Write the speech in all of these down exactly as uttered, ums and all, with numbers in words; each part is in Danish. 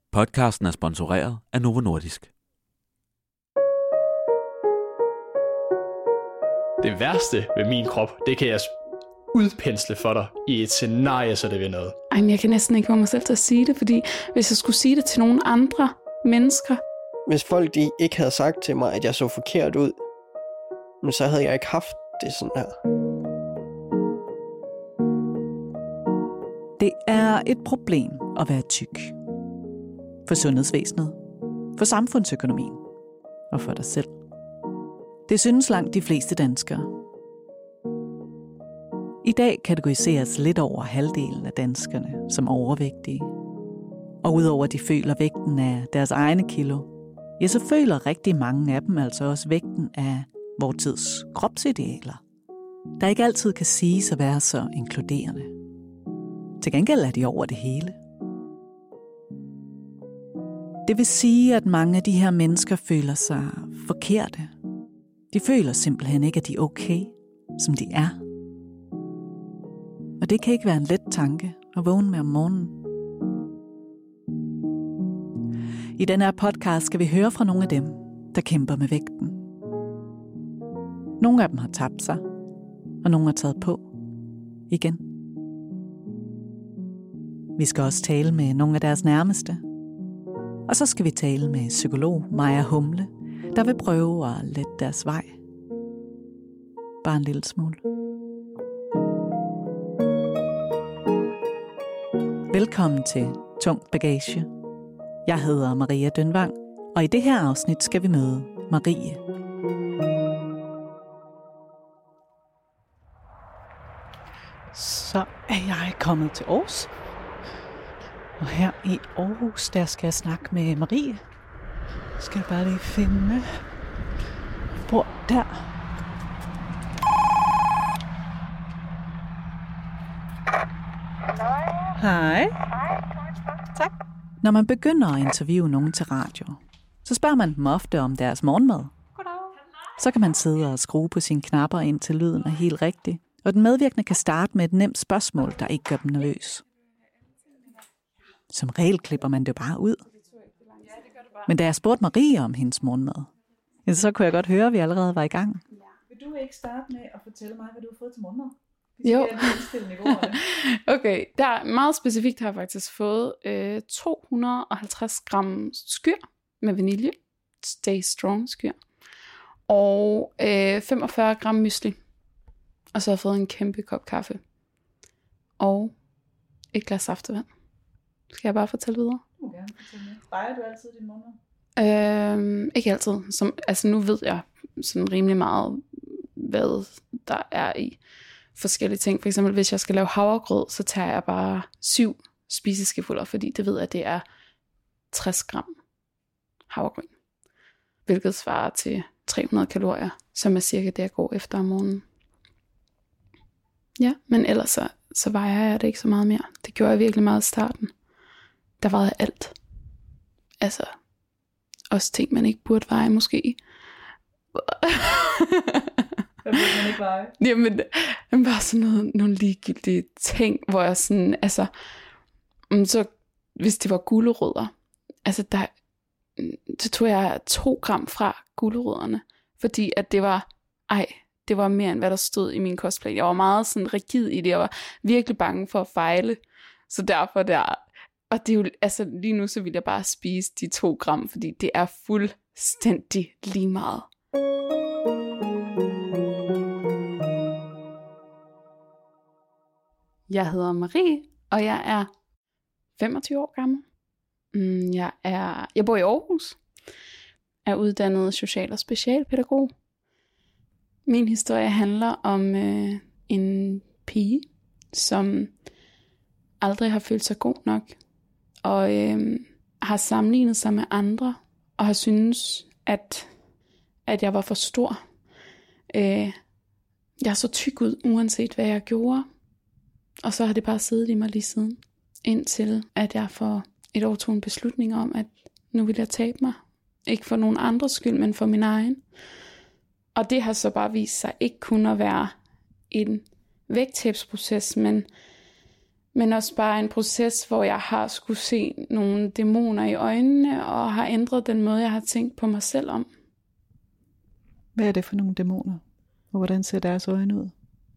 Podcasten er sponsoreret af Novo Nordisk. Det værste ved min krop, det kan jeg udpensle for dig i et scenarie, så det vil noget. Ej, men jeg kan næsten ikke få mig selv til at sige det, fordi hvis jeg skulle sige det til nogle andre mennesker... Hvis folk de ikke havde sagt til mig, at jeg så forkert ud, så havde jeg ikke haft det sådan her. Det er et problem at være tyk. For sundhedsvæsenet, for samfundsøkonomien og for dig selv. Det synes langt de fleste danskere. I dag kategoriseres lidt over halvdelen af danskerne som overvægtige. Og udover at de føler vægten af deres egne kilo, ja, så føler rigtig mange af dem altså også vægten af vor tids kropsidealer, der ikke altid kan siges at være så inkluderende. Til gengæld er de over det hele. Det vil sige, at mange af de her mennesker føler sig forkerte. De føler simpelthen ikke, at de er okay, som de er. Og det kan ikke være en let tanke at vågne med om morgenen. I denne her podcast skal vi høre fra nogle af dem, der kæmper med vægten. Nogle af dem har tabt sig, og nogle har taget på igen. Vi skal også tale med nogle af deres nærmeste. Og så skal vi tale med psykolog Maja Humle, der vil prøve at lette deres vej. Bare en lille smule. Velkommen til Tung Bagage. Jeg hedder Maria Dønvang, og i det her afsnit skal vi møde Marie. Så er jeg kommet til Aarhus. Og her i Aarhus, der skal jeg snakke med Marie. Skal jeg bare lige finde. Jeg bor der. Hej. Tak. Når man begynder at interviewe nogen til radio, så spørger man dem ofte om deres morgenmad. Så kan man sidde og skrue på sine knapper, indtil lyden er helt rigtig. Og den medvirkende kan starte med et nemt spørgsmål, der ikke gør dem nervøs. Som regel klipper man det bare ud. Men da jeg spurgte Marie om hendes morgenmad, så kunne jeg godt høre, at vi allerede var i gang. Vil du ikke starte med at fortælle mig, hvad du har fået til morgenmad? Jo. Okay, der er meget specifikt har jeg faktisk fået øh, to hundrede og halvtreds gram skyr med vanilje. Stay strong skyr. Og øh, femogfyrre gram mysli. Og så har jeg fået en kæmpe kop kaffe. Og et glas saftevand. Skal jeg bare fortælle videre? Du må gerne fortælle med. Vejer du altid din morgenmad? Øhm, ikke altid. Som, altså nu ved jeg sådan rimelig meget, hvad der er i forskellige ting. For eksempel hvis jeg skal lave havregrød, så tager jeg bare syv spiseskefulder, fordi det ved jeg, at det er tres gram havregryn. Hvilket svarer til tre hundrede kalorier, som er cirka det, jeg går efter om morgenen. Ja, men ellers så, så vejer jeg det ikke så meget mere. Det gjorde jeg virkelig meget i starten. Der vejede alt. Altså, også ting, man ikke burde veje, måske. Hvad burde man ikke veje? Jamen, jamen bare sådan noget, nogle ligegyldige ting, hvor jeg sådan, altså, så hvis det var gulerødder, altså der, så tog jeg to gram fra gulerødderne, fordi at det var, ej, det var mere end hvad der stod i min kostplan. Jeg var meget sådan rigid i det, jeg var virkelig bange for at fejle, så derfor der, og det er jo, altså lige nu så vil jeg bare spise de to gram, fordi det er fuldstændig lige meget. Jeg hedder Marie, og jeg er femogtyve år gammel. Jeg, er, jeg bor i Aarhus. Jeg er uddannet social- og specialpædagog. Min historie handler om øh, en pige, som aldrig har følt sig god nok. Og øh, har sammenlignet sig med andre. Og har syntes, at, at jeg var for stor. Øh, jeg så tyk ud, uanset hvad jeg gjorde. Og så har det bare siddet i mig lige siden. Indtil at jeg for et år tog en beslutning om, at nu vil jeg tabe mig. Ikke for nogen andres skyld, men for min egen. Og det har så bare vist sig ikke kun at være en vægttabsproces, men Men også bare en proces, hvor jeg har skulle se nogle dæmoner i øjnene, og har ændret den måde, jeg har tænkt på mig selv om. Hvad er det for nogle dæmoner? Og hvordan ser deres øjne ud?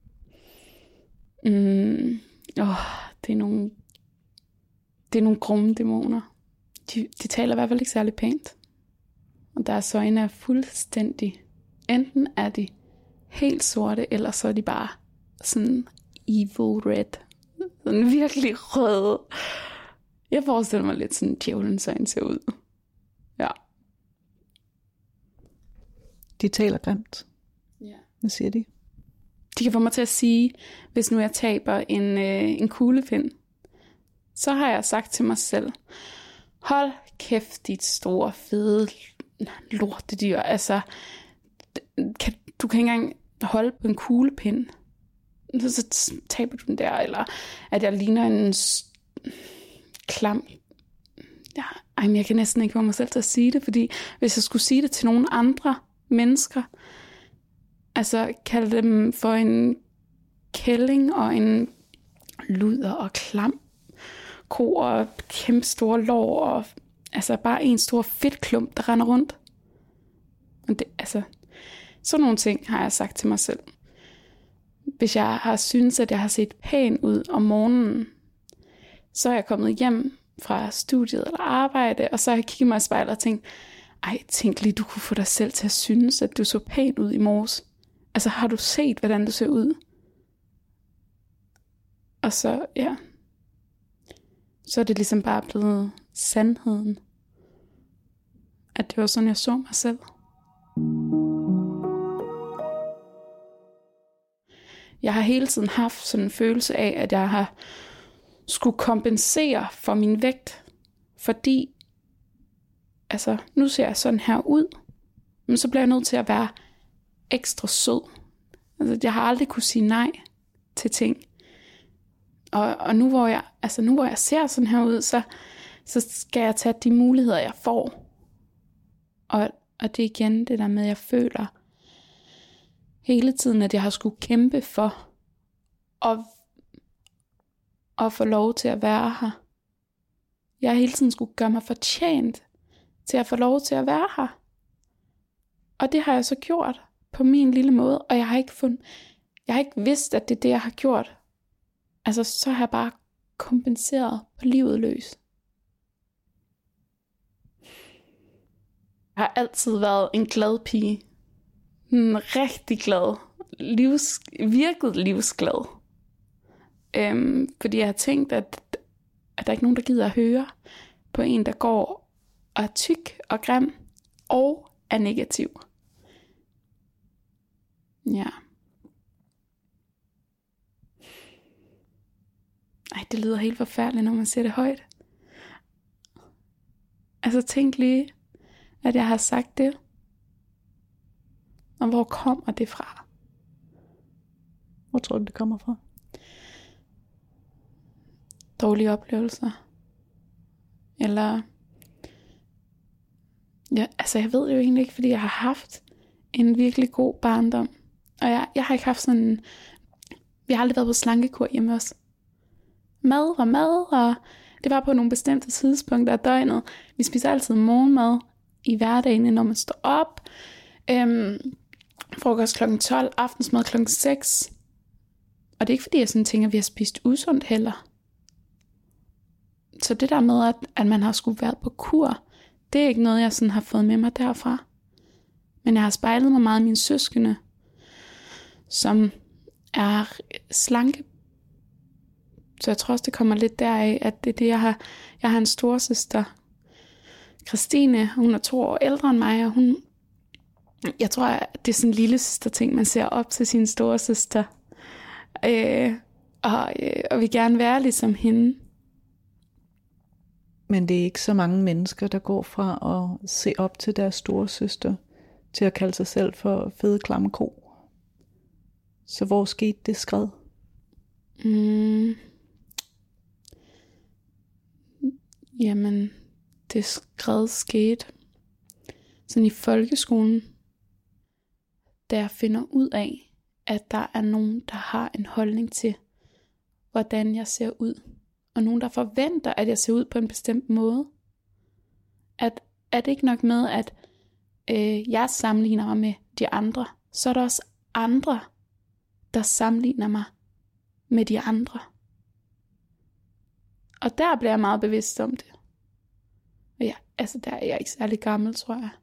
Mm, åh, det er nogle, det er nogle grumme dæmoner. De, de taler i hvert fald ikke særlig pænt. Og deres øjne er fuldstændig. Enten er de helt sorte, eller så er de bare sådan evil red. Sådan virkelig røde. Jeg forestiller mig lidt sådan, djævelens øjne ser ud. Ja. De taler grimt. Ja. Hvad siger de? De kan få mig til at sige, hvis nu jeg taber en, øh, en kuglepind, så har jeg sagt til mig selv, hold kæft, dit store, fede lortedyr. Altså, kan, du kan ikke engang holde på en kuglepind. Så, så taber du den der, eller at jeg ligner en s- klam. Ja, ej, men jeg kan næsten ikke få mig selv til at sige det, fordi hvis jeg skulle sige det til nogle andre mennesker, altså kalde dem for en kælling og en luder og klam ko og kæmpe store lår og altså bare en stor fedtklump, der render rundt. Og det, altså, sådan nogle ting har jeg sagt til mig selv. Hvis jeg har syntes, at jeg har set pæn ud om morgenen, så er jeg kommet hjem fra studiet eller arbejde, og så har jeg kigget mig i spejlet og tænkt, ej, tænk lige, du kunne få dig selv til at synes, at du så pæn ud i morges. Altså, har du set, hvordan du ser ud? Og så, ja, så er det ligesom bare blevet sandheden. At det var sådan, jeg så mig selv. Jeg har hele tiden haft sådan en følelse af, at jeg har skulle kompensere for min vægt. Fordi, altså, nu ser jeg sådan her ud. Men så bliver jeg nødt til at være ekstra sød. Altså, jeg har aldrig kunne sige nej til ting. Og, og nu, hvor jeg, altså, nu hvor jeg ser sådan her ud, så, så skal jeg tage de muligheder, jeg får. Og, og det er igen det der med, at jeg føler hele tiden, at jeg har skulle kæmpe for at, at få lov til at være her. Jeg har hele tiden skulle gøre mig fortjent til at få lov til at være her. Og det har jeg så gjort på min lille måde, og jeg har ikke fundet, jeg har ikke vidst, at det er det, jeg har gjort. Altså, så har jeg bare kompenseret på livet løs. Jeg har altid været en glad pige. En rigtig glad. Livs, virket livsglad. Øhm, fordi jeg har tænkt, at, at der ikke er nogen, der gider at høre på en, der går og er tyk og grim og er negativ. Ja. Ej, det lyder helt forfærdeligt, når man siger det højt. Altså tænk lige, at jeg har sagt det. Og hvor kommer det fra? Hvor tror du, det kommer fra? Dårlige oplevelser. Eller... Ja, altså jeg ved det jo egentlig ikke, fordi jeg har haft en virkelig god barndom. Og jeg, jeg har ikke haft sådan... Vi har aldrig været på slankekur hjemme også. Mad var mad, og det var på nogle bestemte tidspunkter af døgnet. Vi spiser altid morgenmad i hverdagen, når man står op. Øhm, frokost klokken tolv, aftensmad klokken seks. Og det er ikke fordi, jeg sådan tænker, at vi har spist usundt heller. Så det der med, at, at man har skulle været på kur, det er ikke noget, jeg sådan har fået med mig derfra. Men jeg har spejlet mig meget af mine søskende, som er slanke. Så jeg tror også, det kommer lidt deraf, at det er det, jeg har. Jeg har en storesøster, Christine, hun er to år ældre end mig, og hun, jeg tror, at det er sådan en lille søster ting, man ser op til sin storesøster. Øh, og, øh, og vil gerne være ligesom hende. Men det er ikke så mange mennesker, der går fra at se op til deres storesøster, til at kalde sig selv for fede klamme ko. Så hvor skete det skred? Mm. Jamen, det skred skete sådan i folkeskolen, da jeg finder ud af, at der er nogen, der har en holdning til, hvordan jeg ser ud. Og nogen, der forventer, at jeg ser ud på en bestemt måde. At, er det ikke nok med, at øh, jeg sammenligner mig med de andre, så er der også andre, der sammenligner mig med de andre. Og der bliver jeg meget bevidst om det. Og ja, altså der er jeg ikke særlig gammel, tror jeg.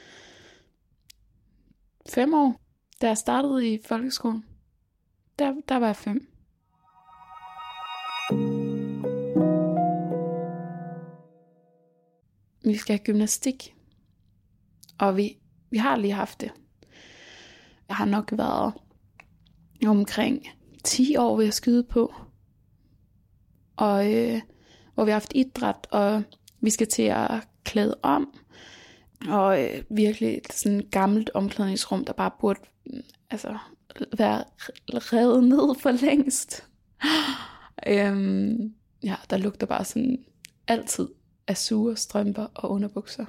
Fem år, da jeg startede i folkeskolen, der, der var jeg fem. Vi skal have gymnastik, og vi, vi har lige haft det. Jeg har nok været omkring ti år ved at skyde på, og øh, hvor vi har haft idræt, og vi skal til at klæde om, og øh, virkelig sådan et gammelt omklædningsrum, der bare burde altså, være revet ned for længst. øhm, ja, der lugter bare sådan altid af sure strømper og underbukser.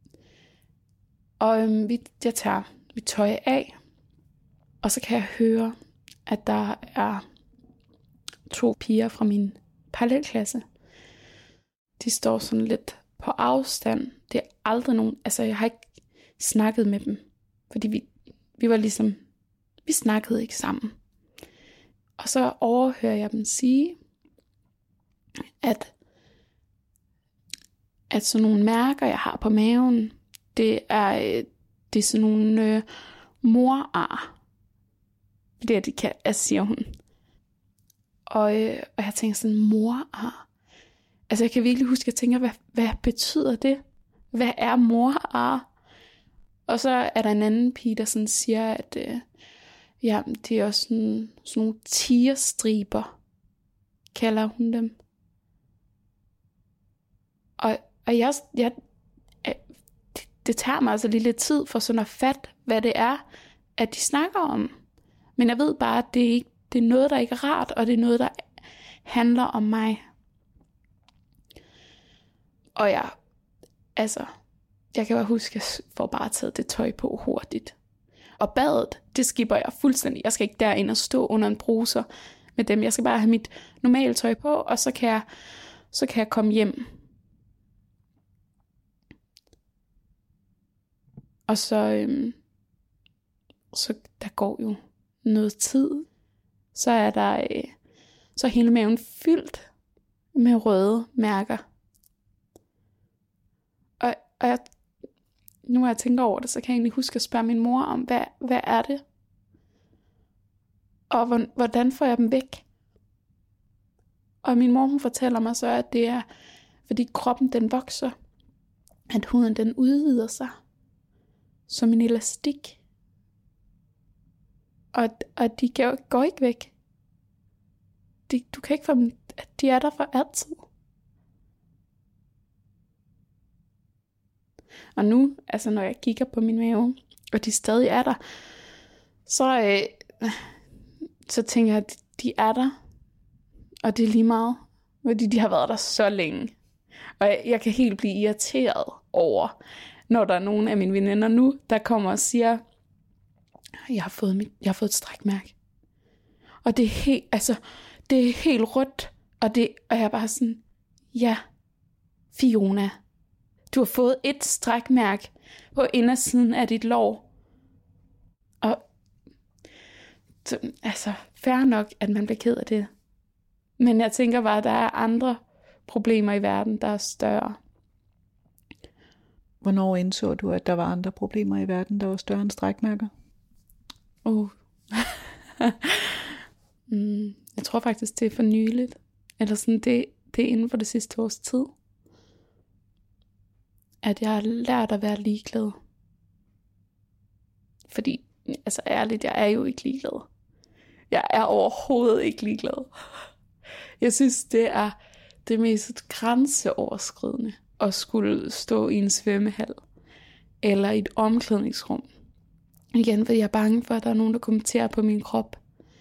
Og øhm, vi, jeg tager mit tøj af, og så kan jeg høre, at der er to piger fra min parallelklasse. De står sådan lidt på afstand. Det er aldrig nogen, altså jeg har ikke snakket med dem, fordi vi, vi var ligesom, vi snakkede ikke sammen. Og så overhører jeg dem sige, at at sådan nogle mærker, jeg har på maven, det er, det er sådan nogle øh, morar. Det er de kan, altså, siger hun. Og, øh, og jeg tænker sådan, morar. Altså jeg kan virkelig huske, at jeg tænker, hvad, hvad betyder det? Hvad er morar? Og så er der en anden pige, der sådan siger, at øh, ja, det er også sådan, sådan nogle tigerstriber, kalder hun dem. Og Og jeg, jeg, det, det tager mig altså lige lidt tid for sådan at fatte, hvad det er, at de snakker om. Men jeg ved bare, at det, ikke, det er noget, der ikke er rart, og det er noget, der handler om mig. Og jeg, altså, jeg kan bare huske, at jeg får bare taget det tøj på hurtigt. Og badet, det skipper jeg fuldstændig. Jeg skal ikke derind og stå under en bruser med dem. Jeg skal bare have mit normale tøj på, og så kan jeg, så kan jeg komme hjem. Og så, øhm, så der går jo noget tid. Så er der, øh, så er hele maven fyldt med røde mærker. Og, og jeg, nu når jeg tænker over det, så kan jeg egentlig huske at spørge min mor om, hvad, hvad er det? Og hvordan får jeg dem væk? Og min mor, hun fortæller mig så, at det er, fordi kroppen den vokser, at huden den udvider sig. Som en elastik. Og, og de går ikke væk. De, du kan ikke få dem, de er der for altid. Og nu, altså når jeg kigger på min mave, og de stadig er der, så, øh, så tænker jeg, at de er der. Og det er lige meget, fordi de har været der så længe. Og jeg, jeg kan helt blive irriteret over, når der er nogen af mine veninder nu, der kommer og siger, jeg har fået, mit, jeg har fået et strækmærke. Og det er helt, altså, det er helt rødt. Og, det, og jeg er bare sådan, ja, Fiona, du har fået et strækmærke på indersiden af dit lår. Og så, altså, fair nok, at man bliver ked af det. Men jeg tænker bare, at der er andre problemer i verden, der er større. Hvornår indså du, at der var andre problemer i verden, der var større end strækmærker? Uh. mm, jeg tror faktisk, det er for nyligt. Eller sådan, det, det er inden for det sidste års tid. At jeg har lært at være ligeglad. Fordi, altså ærligt, jeg er jo ikke ligeglad. Jeg er overhovedet ikke ligeglad. Jeg synes, det er det mest grænseoverskridende at skulle stå i en svømmehal eller i et omklædningsrum. Igen, fordi jeg er bange for, at der er nogen, der kommenterer på min krop.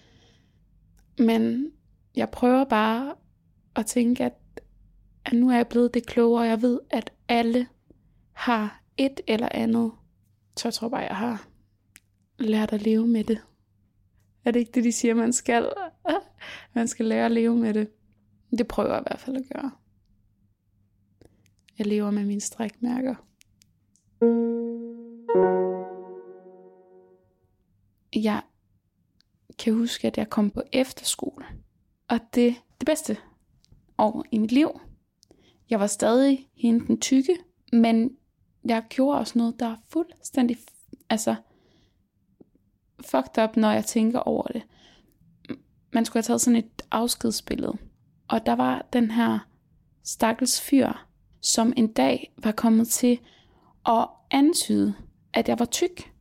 Men jeg prøver bare at tænke, at, at nu er jeg blevet det klogere. Jeg ved, at alle har et eller andet. Så jeg tror bare, jeg har lært at leve med det. Er det ikke det, de siger, man skal? Man skal lære at leve med det. Det prøver jeg i hvert fald at gøre. Jeg lever med mine strækmærker. Jeg kan huske, at jeg kom på efterskole. Og det det bedste år i mit liv. Jeg var stadig hende den tykke, men jeg gjorde også noget, der er fuldstændig altså, fucked up, når jeg tænker over det. Man skulle have taget sådan et afskedsbillede. Og der var den her stakkels fyr, som en dag var kommet til at antyde, at jeg var tyk.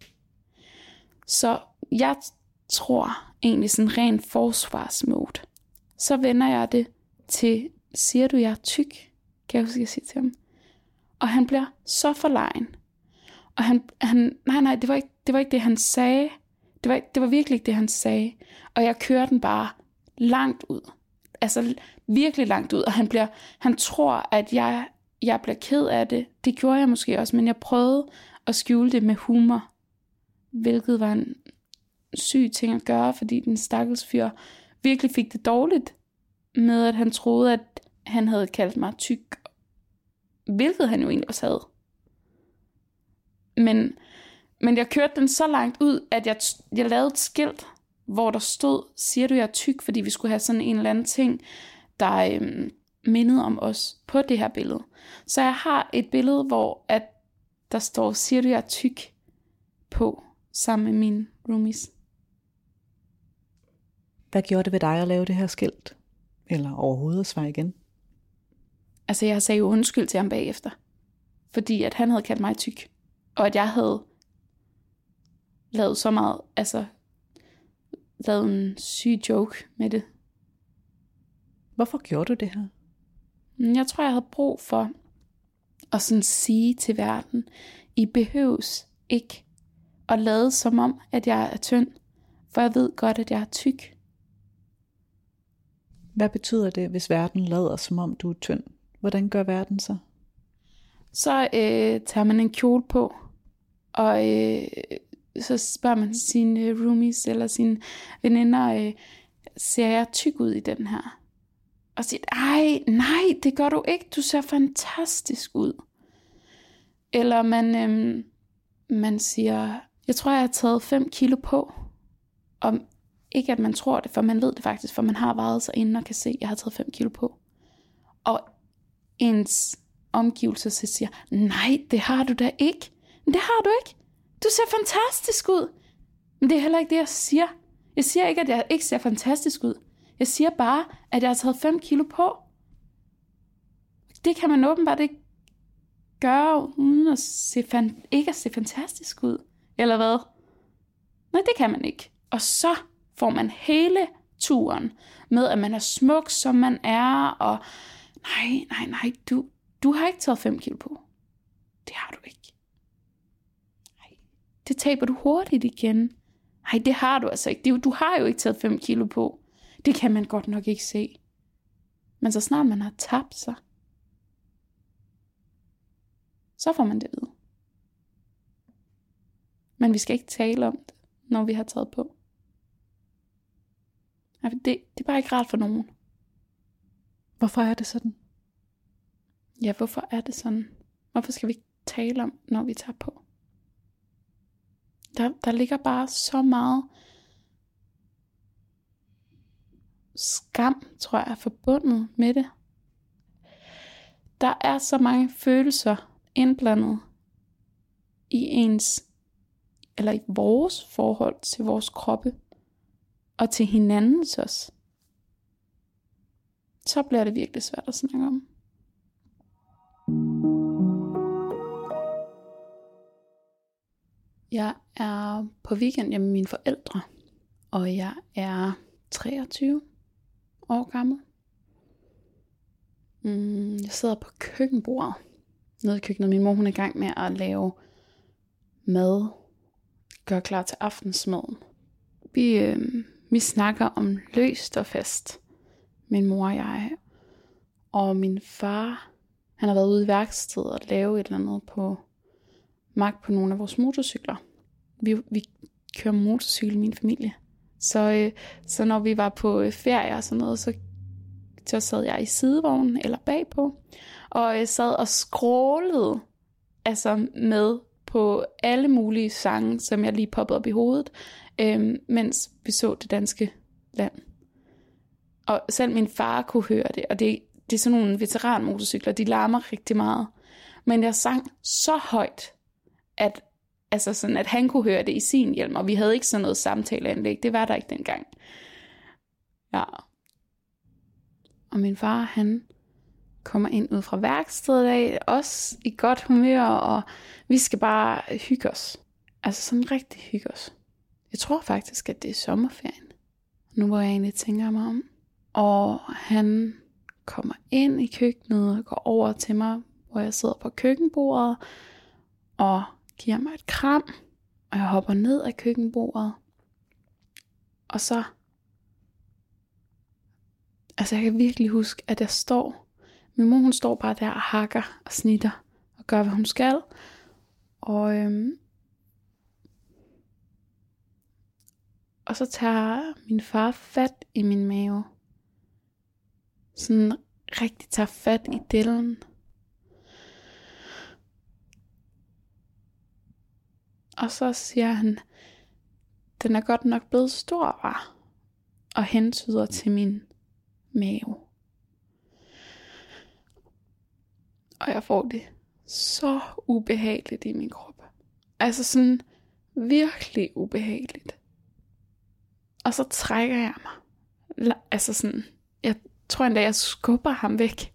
Så jeg tror egentlig sådan ren forsvarsmode. Så vender jeg det til, siger du, jeg er tyk? Kan jeg huske at sige til ham. Og han bliver så forlegen. Og han, han nej, nej, det var, ikke, det var ikke det, han sagde. Det var, det var virkelig ikke det, han sagde. Og jeg kører den bare langt ud. Altså virkelig langt ud. Og han, bliver, han tror, at jeg, jeg bliver ked af det. Det gjorde jeg måske også, men jeg prøvede at skjule det med humor. Hvilket var en syg ting at gøre, fordi den stakkels fyr virkelig fik det dårligt med, at han troede, at han havde kaldt mig tyk. Hvilket han jo egentlig også havde. Men, men jeg kørte den så langt ud, at jeg, jeg lavede et skilt, hvor der stod, siger du, jeg er tyk, fordi vi skulle have sådan en eller anden ting, der øhm, mindede om os på det her billede. Så jeg har et billede, hvor at der står, siger du, jeg er tyk, på, sammen med mine roomies. Hvad gjorde det ved dig at lave det her skilt? Eller overhovedet at svare igen? Altså, jeg sagde jo undskyld til ham bagefter. Fordi at han havde kaldt mig tyk. Og at jeg havde lavet så meget, altså, lavet en syg joke med det. Hvorfor gjorde du det her? Jeg tror, jeg havde brug for at sådan sige til verden, I behøves ikke at lade som om, at jeg er tynd. For jeg ved godt, at jeg er tyk. Hvad betyder det, hvis verden lader som om du er tynd? Hvordan gør verden så? Så øh, tager man en kjole på, og øh, så spørger man sine roomies eller sine veninder, øh, ser jeg tyk ud i den her? Og siger, ej, nej, det gør du ikke, du ser fantastisk ud. Eller man, øh, man siger, jeg tror, jeg har taget fem kilo på. Og ikke at man tror det, for man ved det faktisk, for man har vejet sig inden og kan se, at jeg har taget fem kilo på. Og ens omgivelser så siger, nej, det har du da ikke. Men det har du ikke. Du ser fantastisk ud. Men det er heller ikke det, jeg siger. Jeg siger ikke, at jeg ikke ser fantastisk ud. Jeg siger bare, at jeg har taget fem kilo på. Det kan man åbenbart ikke gøre, uden at se fan- ikke at se fantastisk ud. Eller hvad? Nej, det kan man ikke. Og så får man hele turen med, at man er smuk, som man er, og nej, nej, nej, du, du har ikke taget fem kilo på. Det har du ikke. Nej, det taber du hurtigt igen. Nej, det har du altså ikke. Det, du har jo ikke taget fem kilo på. Det kan man godt nok ikke se. Men så snart man har tabt sig, så får man det ved. Men vi skal ikke tale om det, når vi har taget på. Det, det er bare ikke rart for nogen. Hvorfor er det sådan? Ja, hvorfor er det sådan? Hvorfor skal vi ikke tale om, når vi tager på? Der, der ligger bare så meget skam, tror jeg, forbundet med det. Der er så mange følelser indblandet i ens, eller i vores forhold til vores kroppe, og til hinandens også. Så bliver det virkelig svært at snakke om. Jeg er på weekend hjemme med mine forældre, og jeg er treogtyve år gammel. Jeg sidder på køkkenbordet nede i køkkenet. Min mor, hun er i gang med at lave mad, gøre klar til aftensmaden. Vi, øh, vi snakker om løst og fast, min mor og jeg. Og min far, han har været ude i værkstedet og lave et eller andet på mark på nogle af vores motorcykler. Vi, vi kører motorcykel i min familie. Så, øh, så når vi var på øh, ferie og sådan noget, så, så sad jeg i sidevognen eller bagpå, og øh, sad og scrollede altså med på alle mulige sange, som jeg lige poppede op i hovedet, øh, mens vi så Det Danske Land. Og selv min far kunne høre det, og det, det er sådan nogle veteranmotorcykler, de larmer rigtig meget. Men jeg sang så højt, at, altså sådan, at han kunne høre det i sin hjelm, og vi havde ikke sådan noget samtaleanlæg. Det var der ikke dengang. Ja. Og min far, han kommer ind ud fra værkstedet af, også i godt humør, og vi skal bare hygge os. Altså sådan rigtig hygge os. Jeg tror faktisk, at det er sommerferien, nu hvor jeg egentlig tænker mig om. Og han kommer ind i køkkenet og går over til mig, hvor jeg sidder på køkkenbordet, og giver mig et kram, og jeg hopper ned af køkkenbordet. Og så, altså jeg kan virkelig huske, at jeg står, min mor hun står bare der og hakker og snitter, og gør hvad hun skal. Og, øhm, og så tager min far fat i min mave. Sådan rigtig tager fat i dillen. Og så siger han, den er godt nok blevet stor, var, og hentyder til min mave. Og jeg får det så ubehageligt i min krop. Altså sådan virkelig ubehageligt. Og så trækker jeg mig. Altså sådan, jeg tror endda, jeg skubber ham væk.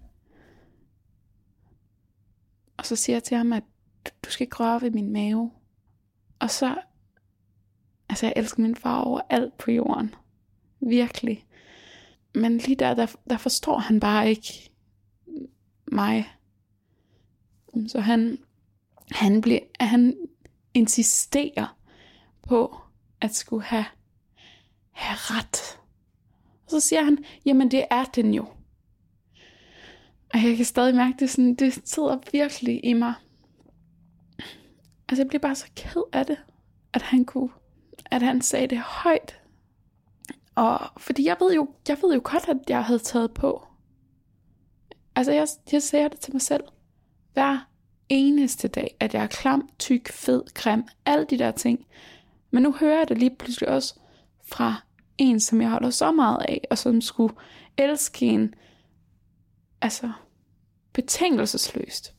Og så siger jeg til ham, at du skal ikke røre ved min mave. Og så, altså jeg elsker min far over alt på jorden. Virkelig. Men lige der, der, der forstår han bare ikke mig. Så han, han, bliver, han insisterer på at skulle have, have ret. Og så siger han, jamen det er den jo. Og jeg kan stadig mærke, det, sådan, det sidder virkelig i mig. Altså jeg bliver bare så ked af det, at han kunne, at han sagde det højt. Og fordi jeg ved jo, jeg ved jo godt, at jeg havde taget på. Altså jeg, jeg siger det til mig selv hver eneste dag, at jeg er klam, tyk, fed, grim, alle de der ting. Men nu hører jeg det lige pludselig også fra en, som jeg holder så meget af, og som skulle elske en, altså betingelsesløst.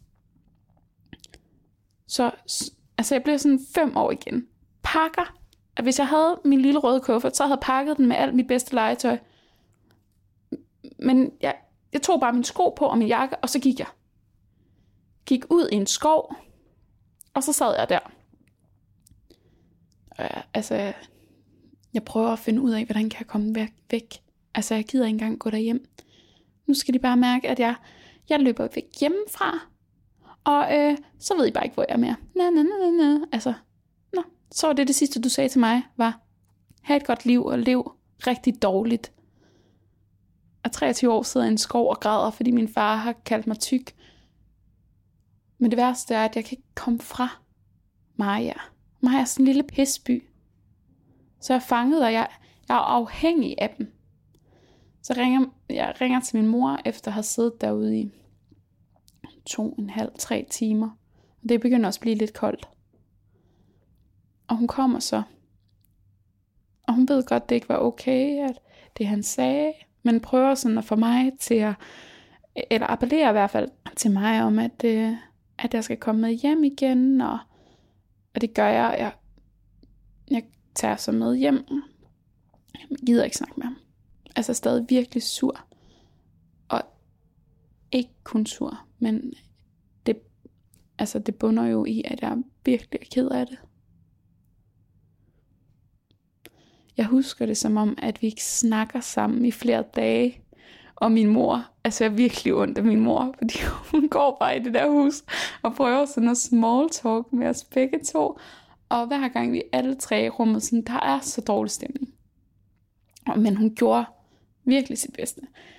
Så altså jeg bliver sådan fem år igen. Pakker, at hvis jeg havde min lille røde kuffert, så havde jeg pakket den med alt mit bedste legetøj. Men jeg, jeg tog bare min sko på og min jakke, og så gik jeg. Gik ud i en skov, og så sad jeg der. Og jeg, altså, jeg prøver at finde ud af, hvordan kan jeg komme væk. væk. Altså, jeg gider ikke engang gå derhjem. Nu skal de bare mærke, at jeg, jeg løber væk hjemmefra. Og øh, så ved I bare ikke, hvor jeg er mere. Næ, næ, næ, næ. Altså, nå. Så var det det sidste, du sagde til mig, var, have et godt liv og lev rigtig dårligt. Og treogtyve år sidder i en skov og græder, fordi min far har kaldt mig tyk. Men det værste er, at jeg kan ikke komme fra Maja. Maja er sådan en lille pisby. Så jeg er fanget, og jeg, jeg er afhængig af dem. Så ringer, jeg ringer til min mor, efter at have siddet derude i to og en halv, tre timer. Og det begynder også at blive lidt koldt. Og hun kommer så. Og hun ved godt, det ikke var okay, at det han sagde. Men prøver sådan at få mig til at, eller appellerer i hvert fald til mig om, at, øh, at jeg skal komme med hjem igen. Og, og det gør jeg. jeg. Jeg tager så med hjem. Jeg gider ikke snakke med ham. Altså stadig virkelig sur. Og ikke kun sur, men det, altså det bunder jo i, at jeg virkelig er ked af det. Jeg husker det som om, at vi ikke snakker sammen i flere dage. Og min mor, altså jeg er virkelig ondt af min mor, fordi hun går bare i det der hus og prøver sådan noget small talk med os begge to. Og hver gang vi alle tre i rummet, sådan, der er så dårlig stemning. Men hun gjorde virkelig sit bedste.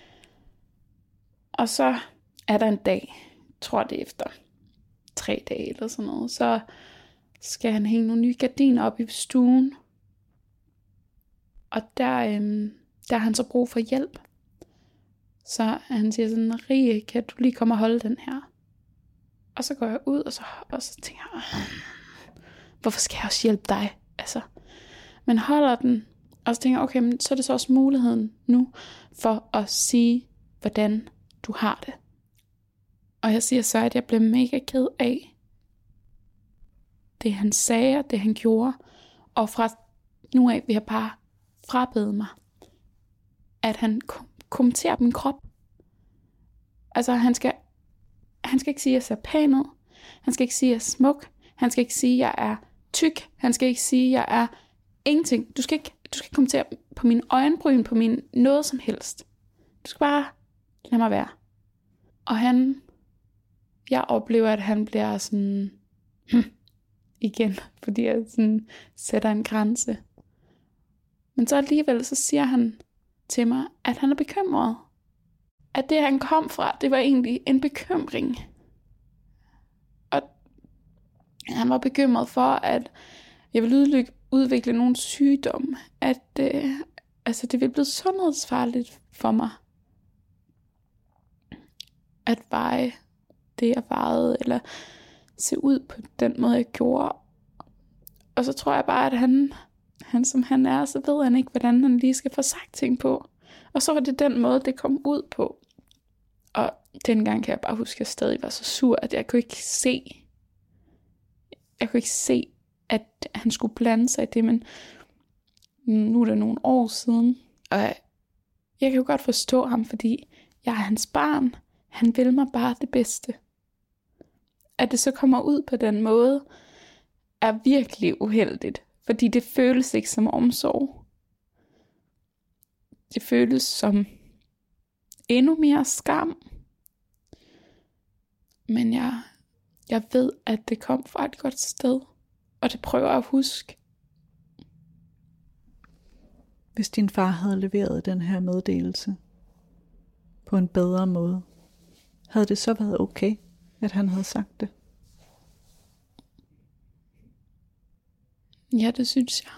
Og så er der en dag, jeg tror det er efter tre dage eller sådan noget, så skal han hænge nogle nye gardiner op i stuen. Og der, øhm, der har han så brug for hjælp. Så han siger sådan, Rie, kan du lige komme og holde den her? Og så går jeg ud, og så, og så tænker jeg, hvorfor skal jeg også hjælpe dig? Altså, men holder den, og så tænker jeg, okay, men så er det så også muligheden nu, for at sige, hvordan du har det. Og jeg siger så, at jeg blev mega ked af det, han sagde, og det han gjorde. Og fra nu af vil jeg bare frabede mig, at han kom- kommenterer min krop. Altså, han skal, han skal ikke sige, at jeg ser pæn ud. Han skal ikke sige, at jeg er smuk. Han skal ikke sige, at jeg er tyk. Han skal ikke sige, at jeg er ingenting. Du skal ikke, du skal ikke kommentere på mine øjenbryn, på min noget som helst. Du skal bare lade mig være. Og han, jeg oplever, at han bliver sådan, hm, igen, fordi jeg sådan sætter en grænse. Men så alligevel, så siger han til mig, at han er bekymret. At det, han kom fra, det var egentlig en bekymring. Og han var bekymret for, at jeg ville udvikle nogle sygdomme. At øh, altså, det ville blive sundhedsfarligt for mig. At veje det, jeg vejede, eller se ud på den måde, jeg gjorde. Og så tror jeg bare, at han, han som han er, så ved han ikke, hvordan han lige skal få sagt ting på. Og så var det den måde, det kom ud på. Og dengang kan jeg bare huske, at jeg stadig var så sur, at jeg kunne ikke se, jeg kunne ikke se, at han skulle blande sig i det, men nu er det nogle år siden, og jeg, jeg kan jo godt forstå ham, fordi jeg er hans barn. Han vil mig bare det bedste. At det så kommer ud på den måde, er virkelig uheldigt, fordi det føles ikke som omsorg. Det føles som endnu mere skam. Men jeg, jeg ved, at det kom fra et godt sted, og det prøver jeg at huske. Hvis din far havde leveret den her meddelelse på en bedre måde, havde det så været okay, at han havde sagt det? Ja, det synes jeg.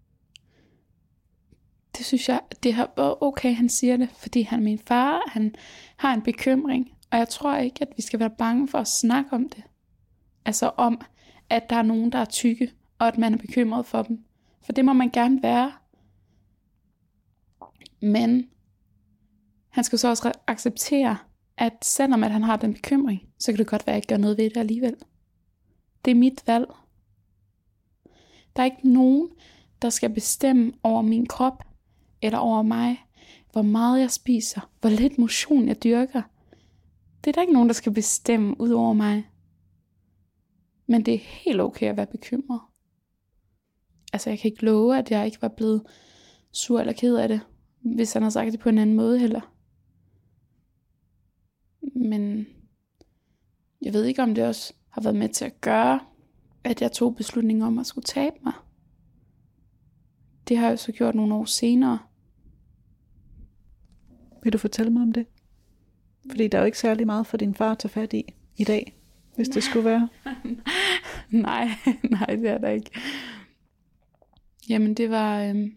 Det synes jeg, det har været okay, han siger det, fordi han er min far, han har en bekymring, og jeg tror ikke, at vi skal være bange for at snakke om det. Altså om, at der er nogen, der er tykke, og at man er bekymret for dem. For det må man gerne være. Men han skal så også acceptere, at selvom at han har den bekymring, så kan det godt være, at jeg ikke gør noget ved det alligevel. Det er mit valg. Der er ikke nogen, der skal bestemme over min krop, eller over mig, hvor meget jeg spiser, hvor lidt motion jeg dyrker. Det er der ikke nogen, der skal bestemme ud over mig. Men det er helt okay at være bekymret. Altså, jeg kan ikke love, at jeg ikke var blevet sur eller ked af det, hvis han har sagt det på en anden måde heller. Men jeg ved ikke, om det også har været med til at gøre, at jeg tog beslutningen om at skulle tabe mig. Det har jeg så gjort nogle år senere. Vil du fortælle mig om det? Fordi der er jo ikke særlig meget for din far at tage fat i i dag, hvis det skulle være. nej, nej, det er der ikke. Jamen det var, øhm,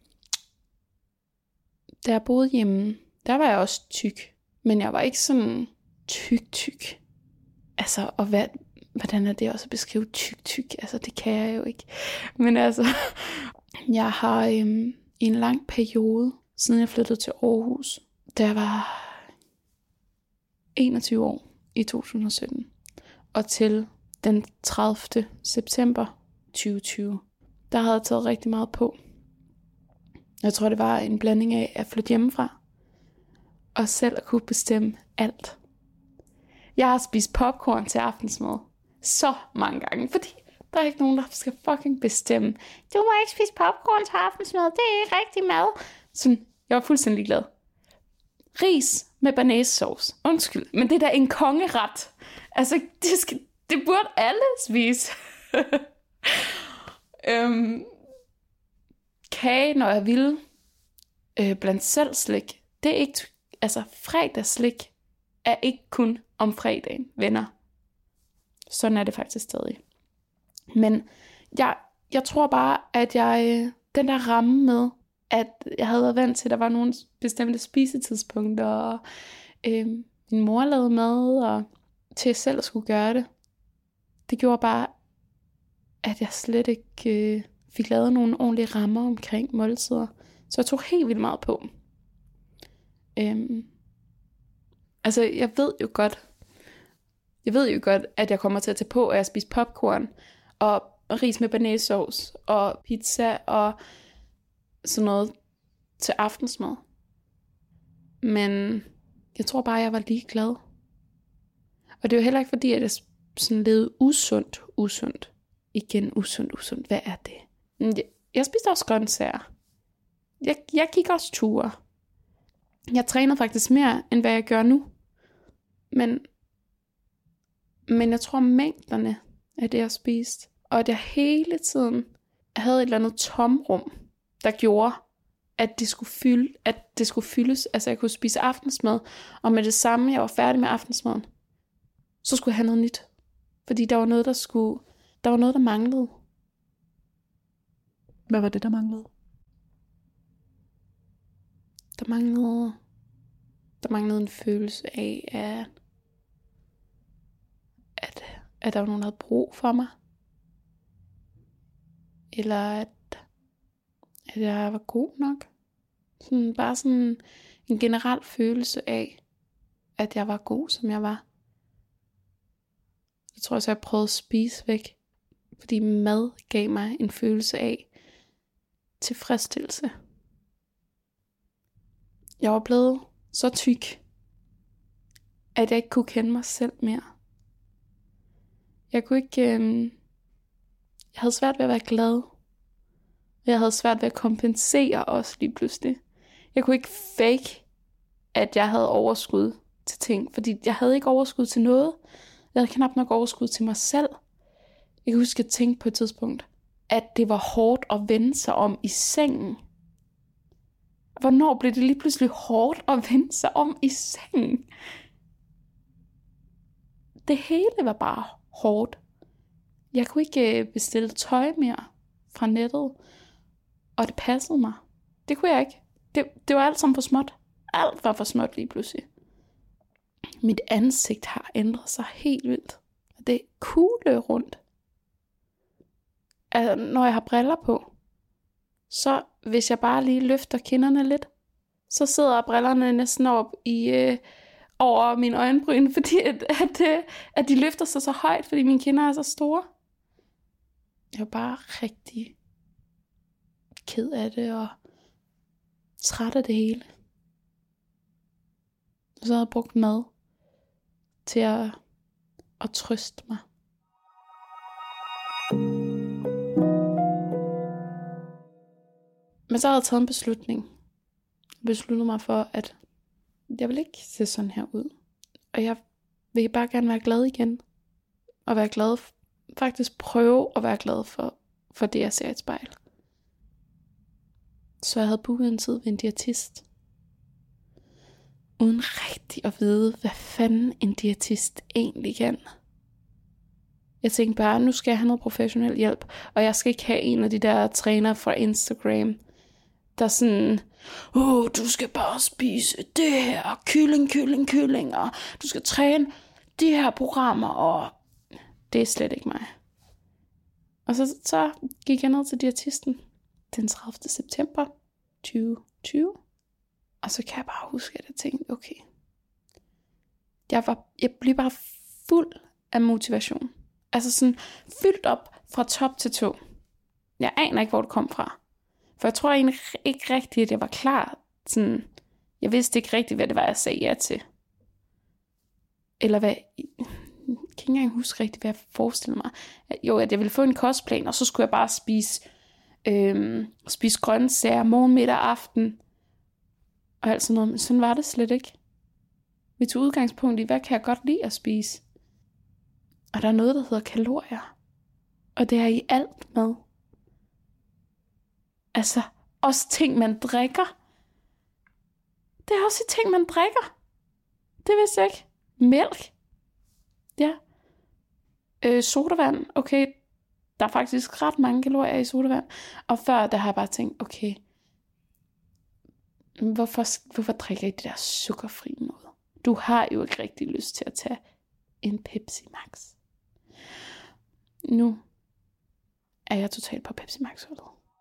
da jeg boede hjemme, der var jeg også tyk. Men jeg var ikke sådan tyk, tyk. Altså, og hvad, hvordan er det også at beskrive tyk, tyk? Altså, det kan jeg jo ikke. Men altså, jeg har øhm, i en lang periode, siden jeg flyttede til Aarhus, da jeg var enogtyve år i to tusind og sytten, og til den tredivte september tyve tyve, der havde jeg taget rigtig meget på. Jeg tror, det var en blanding af at flytte hjemmefra, og selv at kunne bestemme alt. Jeg har spist popcorn til aftensmad så mange gange, fordi der er ikke nogen, der skal fucking bestemme. Du må ikke spise popcorn til aftensmad, det er ikke rigtig mad. Sådan, jeg var fuldstændig glad. Ris med banæssauce. Undskyld, men det er da en kongeret. Altså, det, skal, det burde alle spise. øhm, kage, når jeg vil. Øh, blandt selv slik. Det er ikke, altså fredagsslik er ikke kun om fredagen, venner. Sådan er det faktisk stadig. Men jeg, jeg tror bare, at jeg, den der ramme med, at jeg havde været vant til, at der var nogle bestemte spisetidspunkter, og øh, min mor lavede mad, og til jeg selv skulle gøre det. Det gjorde bare, at jeg slet ikke øh, fik lavet nogle ordentlige rammer omkring måltider. Så jeg tog helt vildt meget på. Øhm, altså, jeg ved jo godt, jeg ved jo godt, at jeg kommer til at tage på, at jeg spiser popcorn, og ris med banæssauce, og pizza, og sådan noget til aftensmad. Men jeg tror bare, jeg var ligeglad. Og det er jo heller ikke fordi, at jeg sådan levede usundt, usundt. Igen, usundt, usundt. Hvad er det? Jeg, jeg spiste også grøntsager. Jeg, jeg gik også ture. Jeg trænede faktisk mere, end hvad jeg gør nu. Men, men jeg tror, mængderne af det, jeg spiste, og at jeg hele tiden havde et eller andet tomrum, der gjorde, at det skulle, fylde, at det skulle fyldes. Altså, jeg kunne spise aftensmad, og med det samme, jeg var færdig med aftensmaden, så skulle jeg have noget nyt. Fordi der var noget, der skulle, der var noget, der manglede. Hvad var det, der manglede? Der manglede, der manglede en følelse af, at, at, at der var nogen, der havde brug for mig. Eller at, at jeg var god nok. Sådan, bare sådan en generel følelse af, at jeg var god, som jeg var. Jeg tror også, jeg prøvede at spise væk. Fordi mad gav mig en følelse af tilfredsstillelse. Jeg var blevet så tyk, at jeg ikke kunne kende mig selv mere. Jeg kunne ikke... Øh... Jeg havde svært ved at være glad. Jeg havde svært ved at kompensere også lige pludselig. Jeg kunne ikke fake, at jeg havde overskud til ting. Fordi jeg havde ikke overskud til noget. Jeg havde knap nok overskud til mig selv. Jeg kan huske at tænke på et tidspunkt, at det var hårdt at vende sig om i sengen. Hvornår blev det lige pludselig hårdt at vende sig om i sengen? Det hele var bare hårdt. Jeg kunne ikke bestille tøj mere fra nettet, og det passede mig. Det kunne jeg ikke. Det, det var alt sammen for småt. Alt var for småt lige pludselig. Mit ansigt har ændret sig helt vildt. Det er kugle rundt. Altså, når jeg har briller på, så hvis jeg bare lige løfter kinderne lidt, så sidder brillerne næsten op i, øh, over mine øjenbryn, fordi at, at, øh, at de løfter sig så højt, fordi mine kinder er så store. Jeg er bare rigtig ked af det og træt af det hele. Så havde jeg brugt mad til at, at trøste mig. Men så havde jeg taget en beslutning. Jeg besluttede mig for, at jeg vil ikke se sådan her ud. Og jeg vil bare gerne være glad igen. Og være glad, faktisk prøve at være glad for, for det, jeg ser i et spejl. Så jeg havde booket en tid ved en diætist. Uden rigtig at vide, hvad fanden en diætist egentlig kan. Jeg tænkte bare, nu skal jeg have noget professionel hjælp. Og jeg skal ikke have en af de der trænere fra Instagram, der sådan, åh, oh, du skal bare spise det her, kylling, kylling, kylling, og du skal træne de her programmer, og det er slet ikke mig. Og så, så gik jeg ned til diætisten den tredivte september tyve tyve, og så kan jeg bare huske, at jeg tænkte, okay, jeg, var, jeg blev bare fuld af motivation. Altså sådan fyldt op fra top til tå. Jeg aner ikke, hvor det kom fra. For jeg tror egentlig ikke rigtigt, at jeg var klar. Sådan, jeg vidste ikke rigtigt, hvad det var, jeg sagde ja til. Eller hvad... Jeg kan ikke engang huske rigtigt, hvad jeg forestillede mig. Jo, at jeg ville få en kostplan, og så skulle jeg bare spise, øhm, spise grøntsager morgen, middag og aften. Og alt sådan noget. Men sådan var det slet ikke. Vi tog udgangspunkt i, hvad kan jeg godt lide at spise. Og der er noget, der hedder kalorier. Og det er i alt mad. Altså, også ting, man drikker. Det er også ting, man drikker. Det vidste jeg ikke. Mælk. Ja. Øh, sodavand. Okay, der er faktisk ret mange kalorier i sodavand. Og før, der har jeg bare tænkt, okay, hvorfor, hvorfor drikker I det der sukkerfri noget? Du har jo ikke rigtig lyst til at tage en Pepsi Max. Nu er jeg totalt på Pepsi Max-holdet.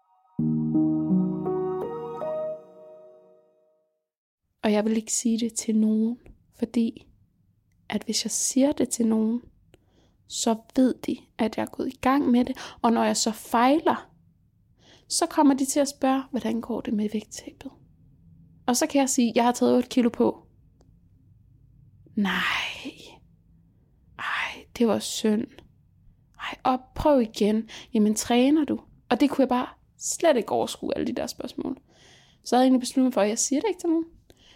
Og jeg vil ikke sige det til nogen, fordi at hvis jeg siger det til nogen, så ved de, at jeg er gået i gang med det. Og når jeg så fejler, så kommer de til at spørge, hvordan går det med vægttabet? Og så kan jeg sige, at jeg har taget otte kilo på. Nej. Ej, det var synd. Ej, og prøv igen. Jamen, træner du? Og det kunne jeg bare slet ikke overskue alle de der spørgsmål. Så havde jeg egentlig besluttet mig for, at jeg siger det ikke til nogen.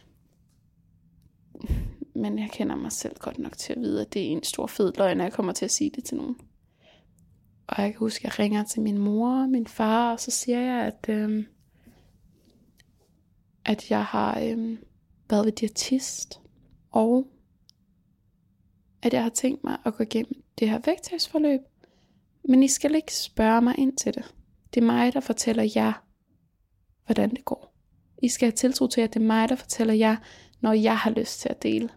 Men jeg kender mig selv godt nok til at vide, at det er en stor fed løgn, når jeg kommer til at sige det til nogen. Og jeg kan huske, at jeg ringer til min mor og min far, og så siger jeg, at, øhm, at jeg har øhm, været ved diætist, og at jeg har tænkt mig at gå igennem det her vægttabsforløb. Men I skal ikke spørge mig ind til det. Det er mig, der fortæller jer, hvordan det går. I skal have tiltro til, at det er mig, der fortæller jer, når jeg har lyst til at dele.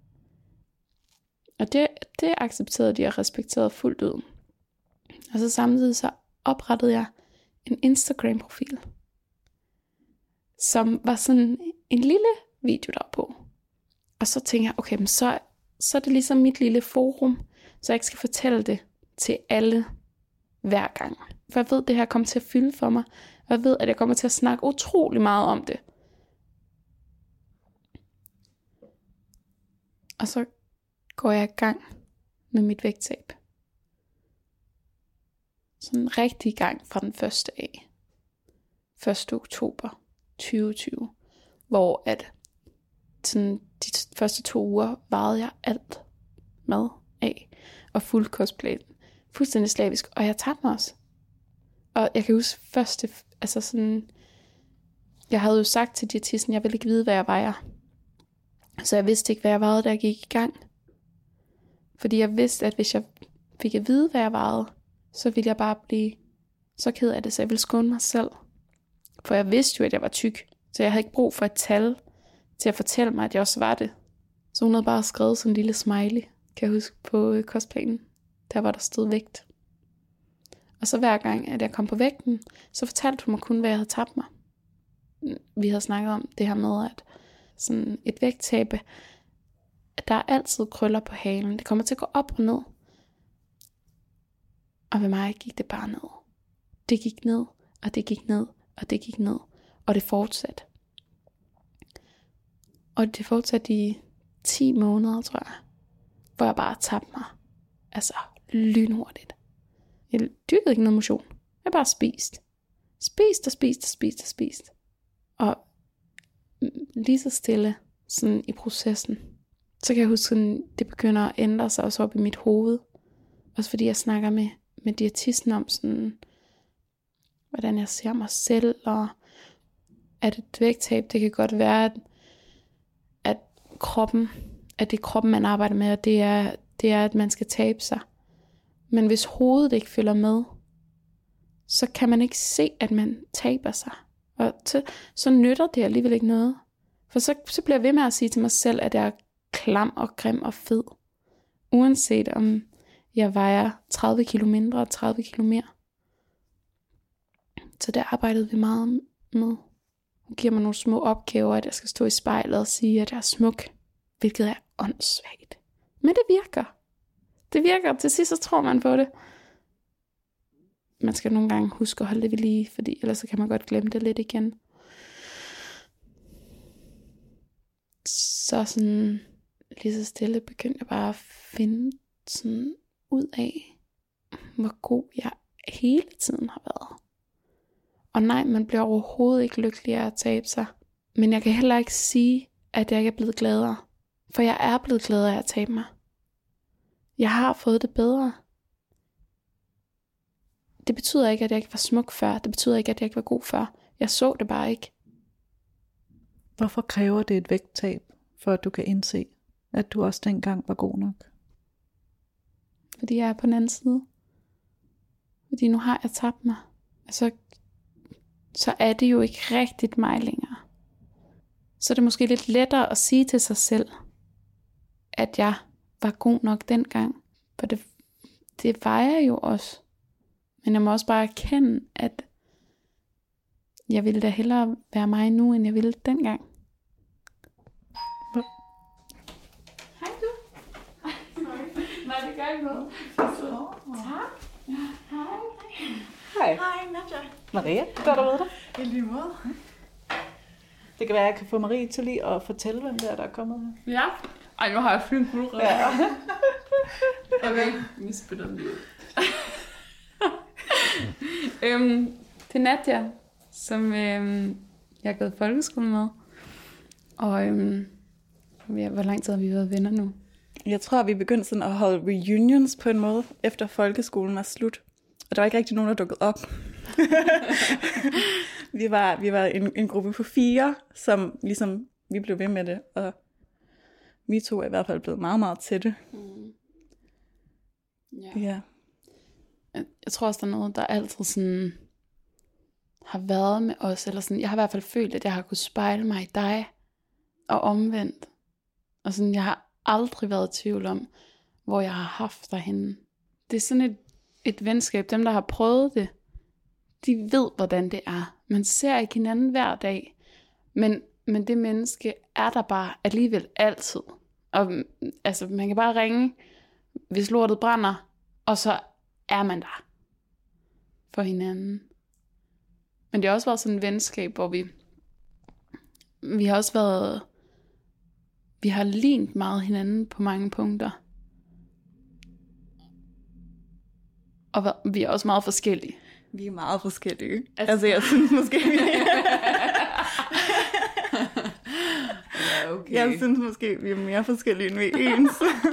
Og det, det accepterede de og respekterede fuldt ud. Og så samtidig så oprettede jeg en Instagram-profil, som var sådan en lille video der på. Og så tænkte jeg, okay, men så, så er det ligesom mit lille forum, så jeg ikke skal fortælle det til alle hver gang. For jeg ved, at det her kommer til at fylde for mig, og jeg ved, at jeg kommer til at snakke utrolig meget om det. Og så går jeg i gang med mit vægttab. Sådan rigtig i gang fra den første af. første oktober tyve tyve. Hvor at sådan de første to uger varede jeg alt mad af. Og fuld kostplan. Fuldstændig slavisk. Og jeg tabte mig også. Og jeg kan huske første, altså sådan, jeg havde jo sagt til diætisten, jeg ville ikke vide, hvad jeg vejer. Så jeg vidste ikke, hvad jeg vejede, da jeg gik i gang. Fordi jeg vidste, at hvis jeg fik at vide, hvad jeg vejede, så ville jeg bare blive så ked af det, så jeg ville skåne mig selv. For jeg vidste jo, at jeg var tyk, så jeg havde ikke brug for et tal til at fortælle mig, at jeg også var det. Så hun havde bare skrevet sådan en lille smiley, kan jeg huske, på kostplanen. Der var der stod vægt. Og så hver gang, at jeg kom på vægten, så fortalte hun mig kun, hvad jeg havde tabt mig. Vi havde snakket om det her med, at sådan et vægttab, at der er altid krøller på halen. Det kommer til at gå op og ned. Og ved mig gik det bare ned. Det gik ned, og det gik ned, og det gik ned. Og det fortsatte. Og det fortsatte i ti måneder, tror jeg. Hvor jeg bare tabte mig. Altså lynhurtigt. Jeg dyrkede ikke noget motion. Jeg bare spist. Spist og spist og spist og spist. Og lige så stille sådan i processen, så kan jeg huske, at det begynder at ændre sig også op i mit hoved. Også fordi jeg snakker med, med diætisten om sådan, hvordan jeg ser mig selv, og at et vægttab, det kan godt være, at, at kroppen, at det er kroppen, man arbejder med, og det er, det er, at man skal tabe sig. Men hvis hovedet ikke følger med, så kan man ikke se, at man taber sig. Og så, så nytter det alligevel ikke noget. For så, så bliver jeg ved med at sige til mig selv, at jeg er klam og grim og fed. Uanset om jeg vejer tredive kilo mindre og tredive kilo mere. Så der arbejdede vi meget med. Hun giver mig nogle små opgaver, at jeg skal stå i spejlet og sige, at jeg er smuk. Hvilket er åndssvagt. Men det virker. Det virker. Til sidst så tror man på det. Man skal nogle gange huske at holde det ved lige, fordi ellers så kan man godt glemme det lidt igen. Så sådan lige så stille begyndte jeg bare at finde sådan ud af, hvor god jeg hele tiden har været. Og nej, man bliver overhovedet ikke lykkelig af at tabe sig. Men jeg kan heller ikke sige, at jeg ikke er blevet gladere. For jeg er blevet gladere af at tabe mig. Jeg har fået det bedre. Det betyder ikke, at jeg ikke var smuk før. Det betyder ikke, at jeg ikke var god før. Jeg så det bare ikke. Hvorfor kræver det et vægttab, for at du kan indse, at du også dengang var god nok? Fordi jeg er på den anden side. Fordi nu har jeg tabt mig. Altså, så er det jo ikke rigtigt mig længere. så er det måske lidt lettere at sige til sig selv, at jeg var god nok dengang. For det, det var jeg jo også. Men jeg må også bare erkende, at jeg ville da hellere være mig nu, end jeg ville dengang. Hej du. Sorry. Nej, det gør ikke noget. Tak. Hej. Hej. Hej, Nadja. Maria, gør du ved dig? I lige måde. Det kan være, at jeg kan få Marie til lige at fortælle, hvem det er, der er kommet her. Ja. Ej, nu har jeg fyldt guldrød. Ja. Okay, vi spiller den lige ud. øhm, det er Nadja, som øhm, jeg har gået i folkeskole med. Og øhm, ja, hvor lang tid har vi været venner nu? Jeg tror, vi begyndte sådan at holde reunions på en måde, efter folkeskolen var slut. Og der var ikke rigtig nogen, der dukkede op. vi var, vi var en, en gruppe på fire, som ligesom, vi blev ved med det. Og vi to er i hvert fald blevet meget, meget tætte. Mm. Ja. Ja. Jeg, jeg tror også, der er noget, der altid sådan har været med os. Eller sådan, jeg har i hvert fald følt, at jeg har kunnet spejle mig i dig. Og omvendt. Og sådan, jeg har aldrig været i tvivl om, hvor jeg har haft dig henne. Det er sådan et, et venskab. Dem, der har prøvet det, de ved, hvordan det er. Man ser ikke hinanden hver dag. Men, men det menneske er der bare alligevel altid. Og altså, man kan bare ringe, hvis lortet brænder, og så er man der for hinanden. Men det har også været sådan et venskab, hvor vi, vi har også været, vi har lignet meget hinanden på mange punkter. Og vi er også meget forskellige. Vi er meget forskellige. Altså, altså jeg synes måske... ja, okay. Jeg synes måske, vi er mere forskellige, end vi er ens.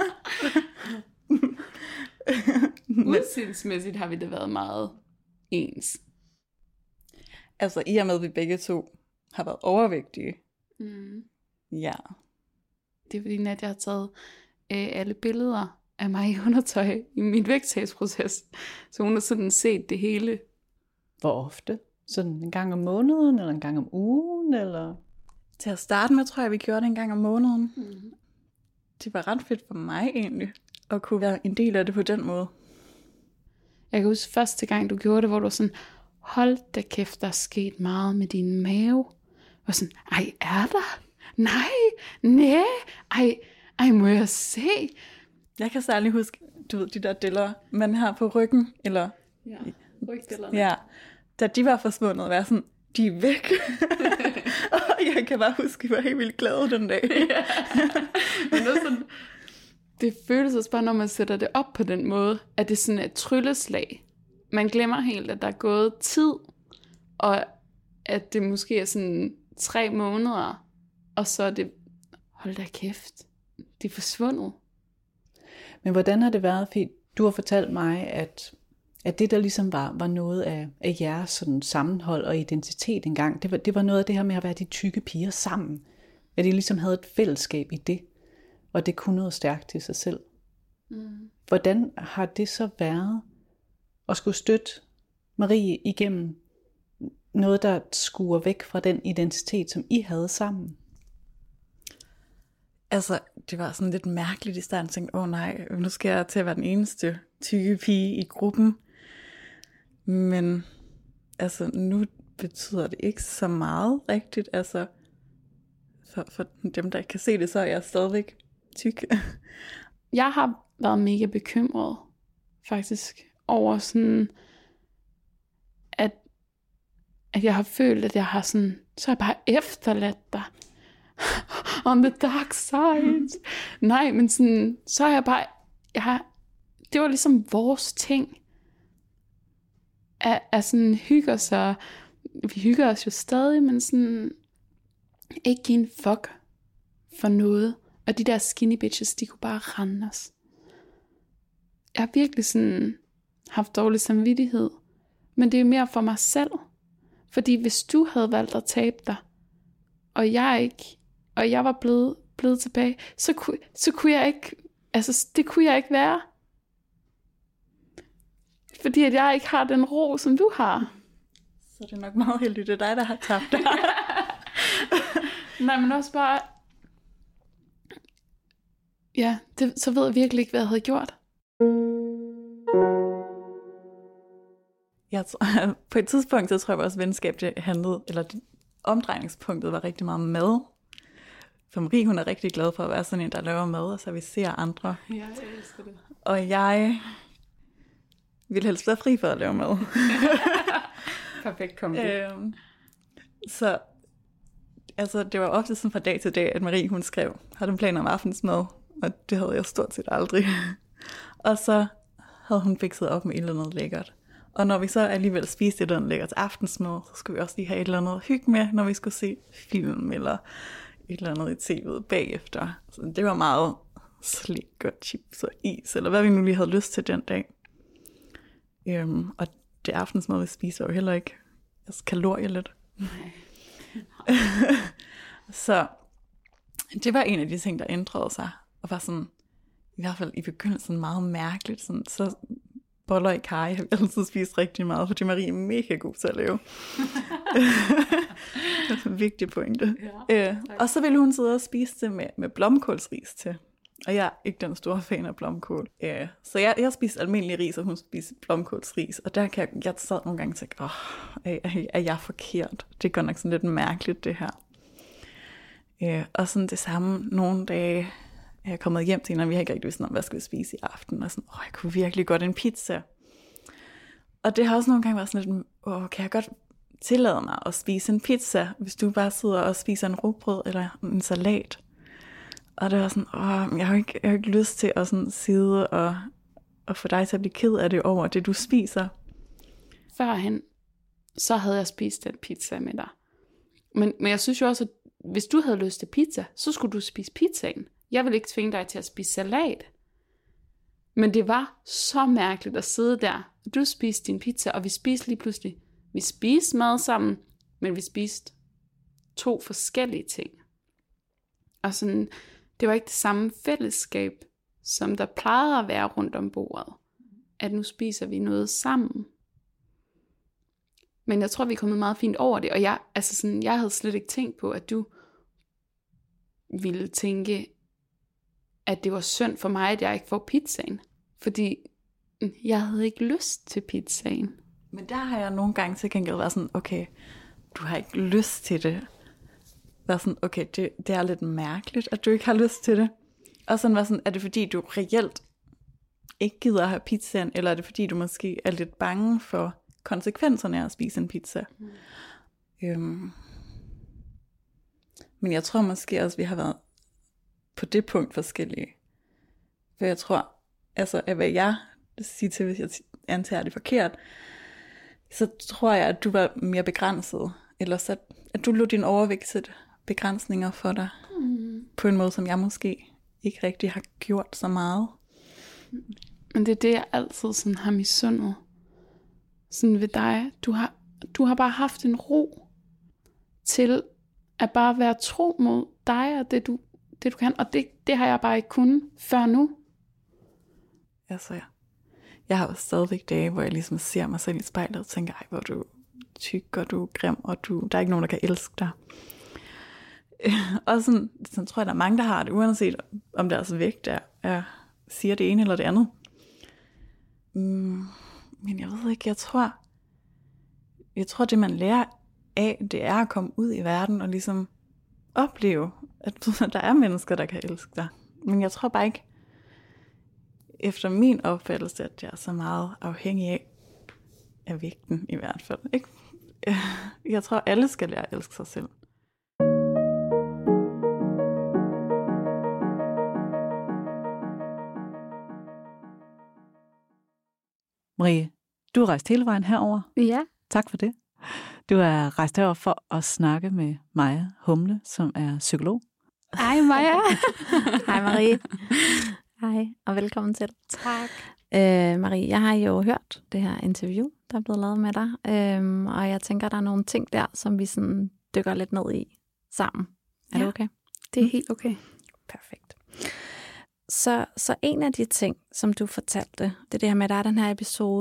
Udseendemæssigt har vi det været meget ens. Altså i og med, at vi begge to har været overvægtige. Mm. Ja. Det er fordi, at jeg har taget øh, alle billeder af mig i undertøj i min vægttabsproces. Så hun har sådan set det hele. Hvor ofte? Sådan en gang om måneden, eller en gang om ugen, eller? Til at starte med, tror jeg, vi gjorde det en gang om måneden. Mm. Det var ret fedt for mig egentlig, at kunne være en del af det på den måde. Jeg kan huske første gang, du gjorde det, hvor du var sådan, hold da kæft, der er sket meget med din mave. Og sådan, ej, er der? Nej, nej, ej, ej, må jeg se? Jeg kan særlig huske, du ved, de der deller, man har på ryggen, eller... Ja, rygdellerne. Ja, da de var forsvundet, var jeg sådan, de er væk. Og jeg kan bare huske, at jeg var helt vildt glad den dag. Ja. Men det, sådan, det føles også bare, når man sætter det op på den måde, at det er sådan et trylleslag. Man glemmer helt, at der er gået tid, og at det måske er sådan tre måneder, og så er det, hold da kæft, det er forsvundet. Men hvordan har det været, fordi du har fortalt mig, at, at det der ligesom var, var noget af, af jeres sådan sammenhold og identitet engang, det var, det var noget af det her med at være de tykke piger sammen. At I ligesom havde et fællesskab i det, og det kunne noget stærkt til sig selv. Mm. Hvordan har det så været at skulle støtte Marie igennem noget, der skuer væk fra den identitet, som I havde sammen? Altså, det var sådan lidt mærkeligt i starten. Jeg tænkte, åh oh, nej, nu skal jeg til at være den eneste tykke pige i gruppen. Men altså, nu betyder det ikke så meget rigtigt. Altså, for, for dem, der ikke kan se det, så er jeg stadigvæk tyk. Jeg har været mega bekymret, faktisk, over sådan, at, at jeg har følt, at jeg har sådan, så har jeg bare efterladt dig. On the dark side. Nej, men sådan, så har jeg bare, jeg har, det var ligesom vores ting. At, at sådan hygge sig, vi hygger os jo stadig, men sådan, ikke give en fuck for noget. Og de der skinny bitches, de kunne bare rende os. Jeg har virkelig sådan haft dårlig samvittighed. Men det er jo mere for mig selv. Fordi hvis du havde valgt at tabe dig, og jeg ikke, og jeg var blevet, blevet tilbage, så kunne, så kunne jeg ikke, altså det kunne jeg ikke være. Fordi at jeg ikke har den ro, som du har. Så det er nok meget heldigt, det er dig, der har tabt dig. Nej, men også bare... Ja, det, så ved jeg virkelig ikke, hvad jeg havde gjort. Jeg tror, på et tidspunkt, så tror jeg, at vores venskab det handlede, eller det, omdrejningspunktet var rigtig meget mad. For Marie, hun er rigtig glad for at være sådan en, der laver mad og servicerer andre. Ja, jeg elsker det. Og jeg ville helst være fri for at lave mad. Perfekt kombi. øhm, så altså, det var ofte sådan fra dag til dag, at Marie, hun skrev, har du planer om aftensmad? Og det havde jeg stort set aldrig. Og så havde hun fikset op med et eller andet lækkert. Og når vi så alligevel spiste et eller andet lækkert aftensmad, så skulle vi også lige have et eller andet hygge med, når vi skulle se film eller et eller andet i tv'et bagefter. Så det var meget slik og chips og is, eller hvad vi nu lige havde lyst til den dag. Øhm, og det aftensmad, vi spiste, var jo heller ikke altså, kalorielet. Så det var en af de ting, der ændrede sig, og var sådan, i hvert fald i begyndelsen meget mærkeligt. Sådan, så boller i kaj har vi altid spist rigtig meget, fordi Marie er mega god til at lave. Det er en vigtig pointe. Ja, øh, og så ville hun sidde og spise det med, med blomkålsris til. Og jeg er ikke den store fan af blomkål. Øh, så jeg, jeg spiste almindelig ris, og hun spiste blomkålsris. Og der kan jeg, jeg sad nogle gange og tænkte, åh, er, er jeg forkert? Det går nok sådan lidt mærkeligt, det her. Øh, og sådan det samme nogle dage, jeg er kommet hjem til hende, og vi har ikke rigtig vidst, hvad skal vi spise i aften. Og sådan, åh, jeg kunne virkelig godt en pizza. Og det har også nogle gange været sådan lidt, åh, kan jeg godt tillade mig at spise en pizza, hvis du bare sidder og spiser en rugbrød eller en salat. Og det var sådan, åh, jeg har ikke, jeg har ikke lyst til at sådan sidde og, og få dig til at blive ked af det over det, du spiser. Førhen, så havde jeg spist den pizza med dig. Men, men jeg synes jo også, at hvis du havde lyst til pizza, så skulle du spise pizzaen. Jeg vil ikke tvinge dig til at spise salat. Men det var så mærkeligt at sidde der. Du spiste din pizza, og vi spiste lige pludselig. Vi spiste mad sammen, men vi spiste to forskellige ting. Og sådan, det var ikke det samme fællesskab, som der plejede at være rundt om bordet. At nu spiser vi noget sammen. Men jeg tror, vi er kommet meget fint over det. Og jeg, altså sådan, jeg havde slet ikke tænkt på, at du ville tænke, at det var synd for mig, at jeg ikke får pizzaen. Fordi jeg havde ikke lyst til pizzaen. Men der har jeg nogle gange til gengæld været sådan, okay, du har ikke lyst til det. Været sådan, okay, det, det er lidt mærkeligt, at du ikke har lyst til det. Og sådan var sådan, er det fordi, du reelt ikke gider at have pizzaen, eller er det fordi, du måske er lidt bange for konsekvenserne af at spise en pizza? Mm. Øhm. Men jeg tror måske også, vi har været på det punkt forskellige. For jeg tror, altså af hvad jeg siger til, hvis jeg antager det forkert, så tror jeg, at du var mere begrænset. Eller så, at du lod din overvægt sætte begrænsninger for dig. Mm. På en måde, som jeg måske ikke rigtig har gjort så meget. Men det er det, jeg altid sådan har misundet. Sådan ved dig. Du har, du har bare haft en ro til at bare være tro mod dig og det du, det, du kan. Og det, det har jeg bare ikke kunnet før nu. Altså, ja. Jeg har jo stadigvæk dage, hvor jeg ligesom ser mig selv i spejlet og tænker, ej, hvor du tyk, og du er grim, og du, der er ikke nogen, der kan elske dig. Og sådan, sådan tror jeg, der er mange, der har det, uanset om deres vægt er, er siger det ene eller det andet. Mm, men jeg ved ikke, jeg tror, jeg tror, det man lærer af, det er at komme ud i verden og ligesom opleve, at der er mennesker, der kan elske dig. Men jeg tror bare ikke, efter min opfattelse, at jeg er så meget afhængig af, af vægten i hvert fald. Ikke? Jeg tror, alle skal lære at elske sig selv. Marie, du har rejst hele vejen herover. Ja. Tak for det. Du er rejst herover for at snakke med Maja Humle, som er psykolog. Hej Maja. Hej Marie. Hej og velkommen til. Tak. Øh, Marie, jeg har jo hørt det her interview, der er blevet lavet med dig, øhm, og jeg tænker, der er nogle ting der, som vi sådan dykker lidt ned i sammen. Er ja, det okay? Det er mm. helt okay. Perfekt. Så, så en af de ting, som du fortalte, det er det her med, at der er den her episode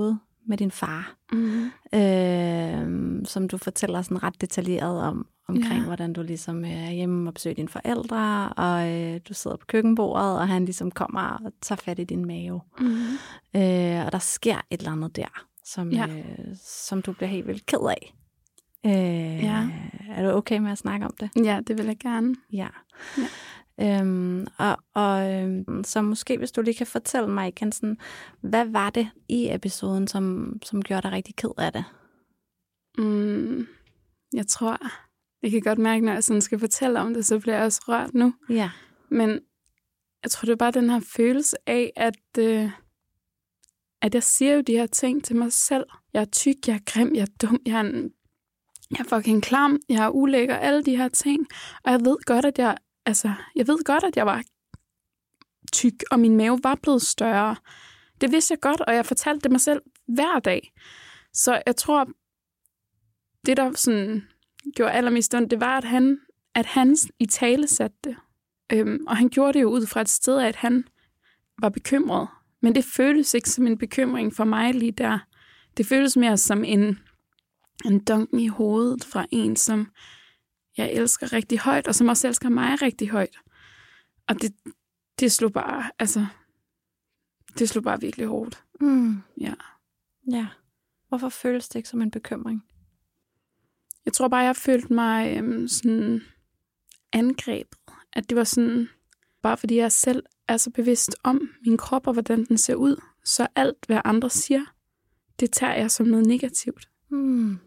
med din far, Mm. øh, som du fortæller sådan ret detaljeret om, omkring, Ja. hvordan du ligesom er hjemme og besøger dine forældre, og øh, du sidder på køkkenbordet, og han ligesom kommer og tager fat i din mave. Mm. Øh, og der sker et eller andet der, som, Ja. øh, som du bliver helt vildt ked af. Øh, Ja. Er du okay med at snakke om det? Ja, det vil jeg gerne. Ja. Ja. Øhm, og og øhm, så måske, hvis du lige kan fortælle mig igen, sådan, hvad var det i episoden, som, som gjorde dig rigtig ked af det? Mm. Jeg tror, jeg kan godt mærke, når jeg sådan skal fortælle om det, så bliver jeg også rørt nu. Ja. Men jeg tror, det er bare den her følelse af, at, øh, at jeg siger jo de her ting til mig selv. Jeg er tyk, jeg er grim, jeg er dum, jeg er, en, jeg er fucking klam, jeg er ulækker, alle de her ting. Og jeg ved godt, at jeg, altså, jeg ved godt, at jeg var tyk, og min mave var blevet større. Det vidste jeg godt, og jeg fortalte det mig selv hver dag. Så jeg tror, det der sådan gjorde allermest ondt, det var, at han, at han i tale satte det. Øhm, og han gjorde det jo ud fra et sted, at han var bekymret. Men det føltes ikke som en bekymring for mig lige der. Det føltes mere som en, en dunken i hovedet fra en, som jeg elsker rigtig højt, og som også elsker mig rigtig højt. Og det, det slog bare, altså, det slog bare virkelig hårdt. Mm. Ja. Ja. Hvorfor føles det ikke som en bekymring? Jeg tror bare, jeg følte mig øhm, sådan angrebet. At det var sådan, bare fordi jeg selv er så bevidst om min krop og hvordan den ser ud, så alt, hvad andre siger, det tager jeg som noget negativt. Mm.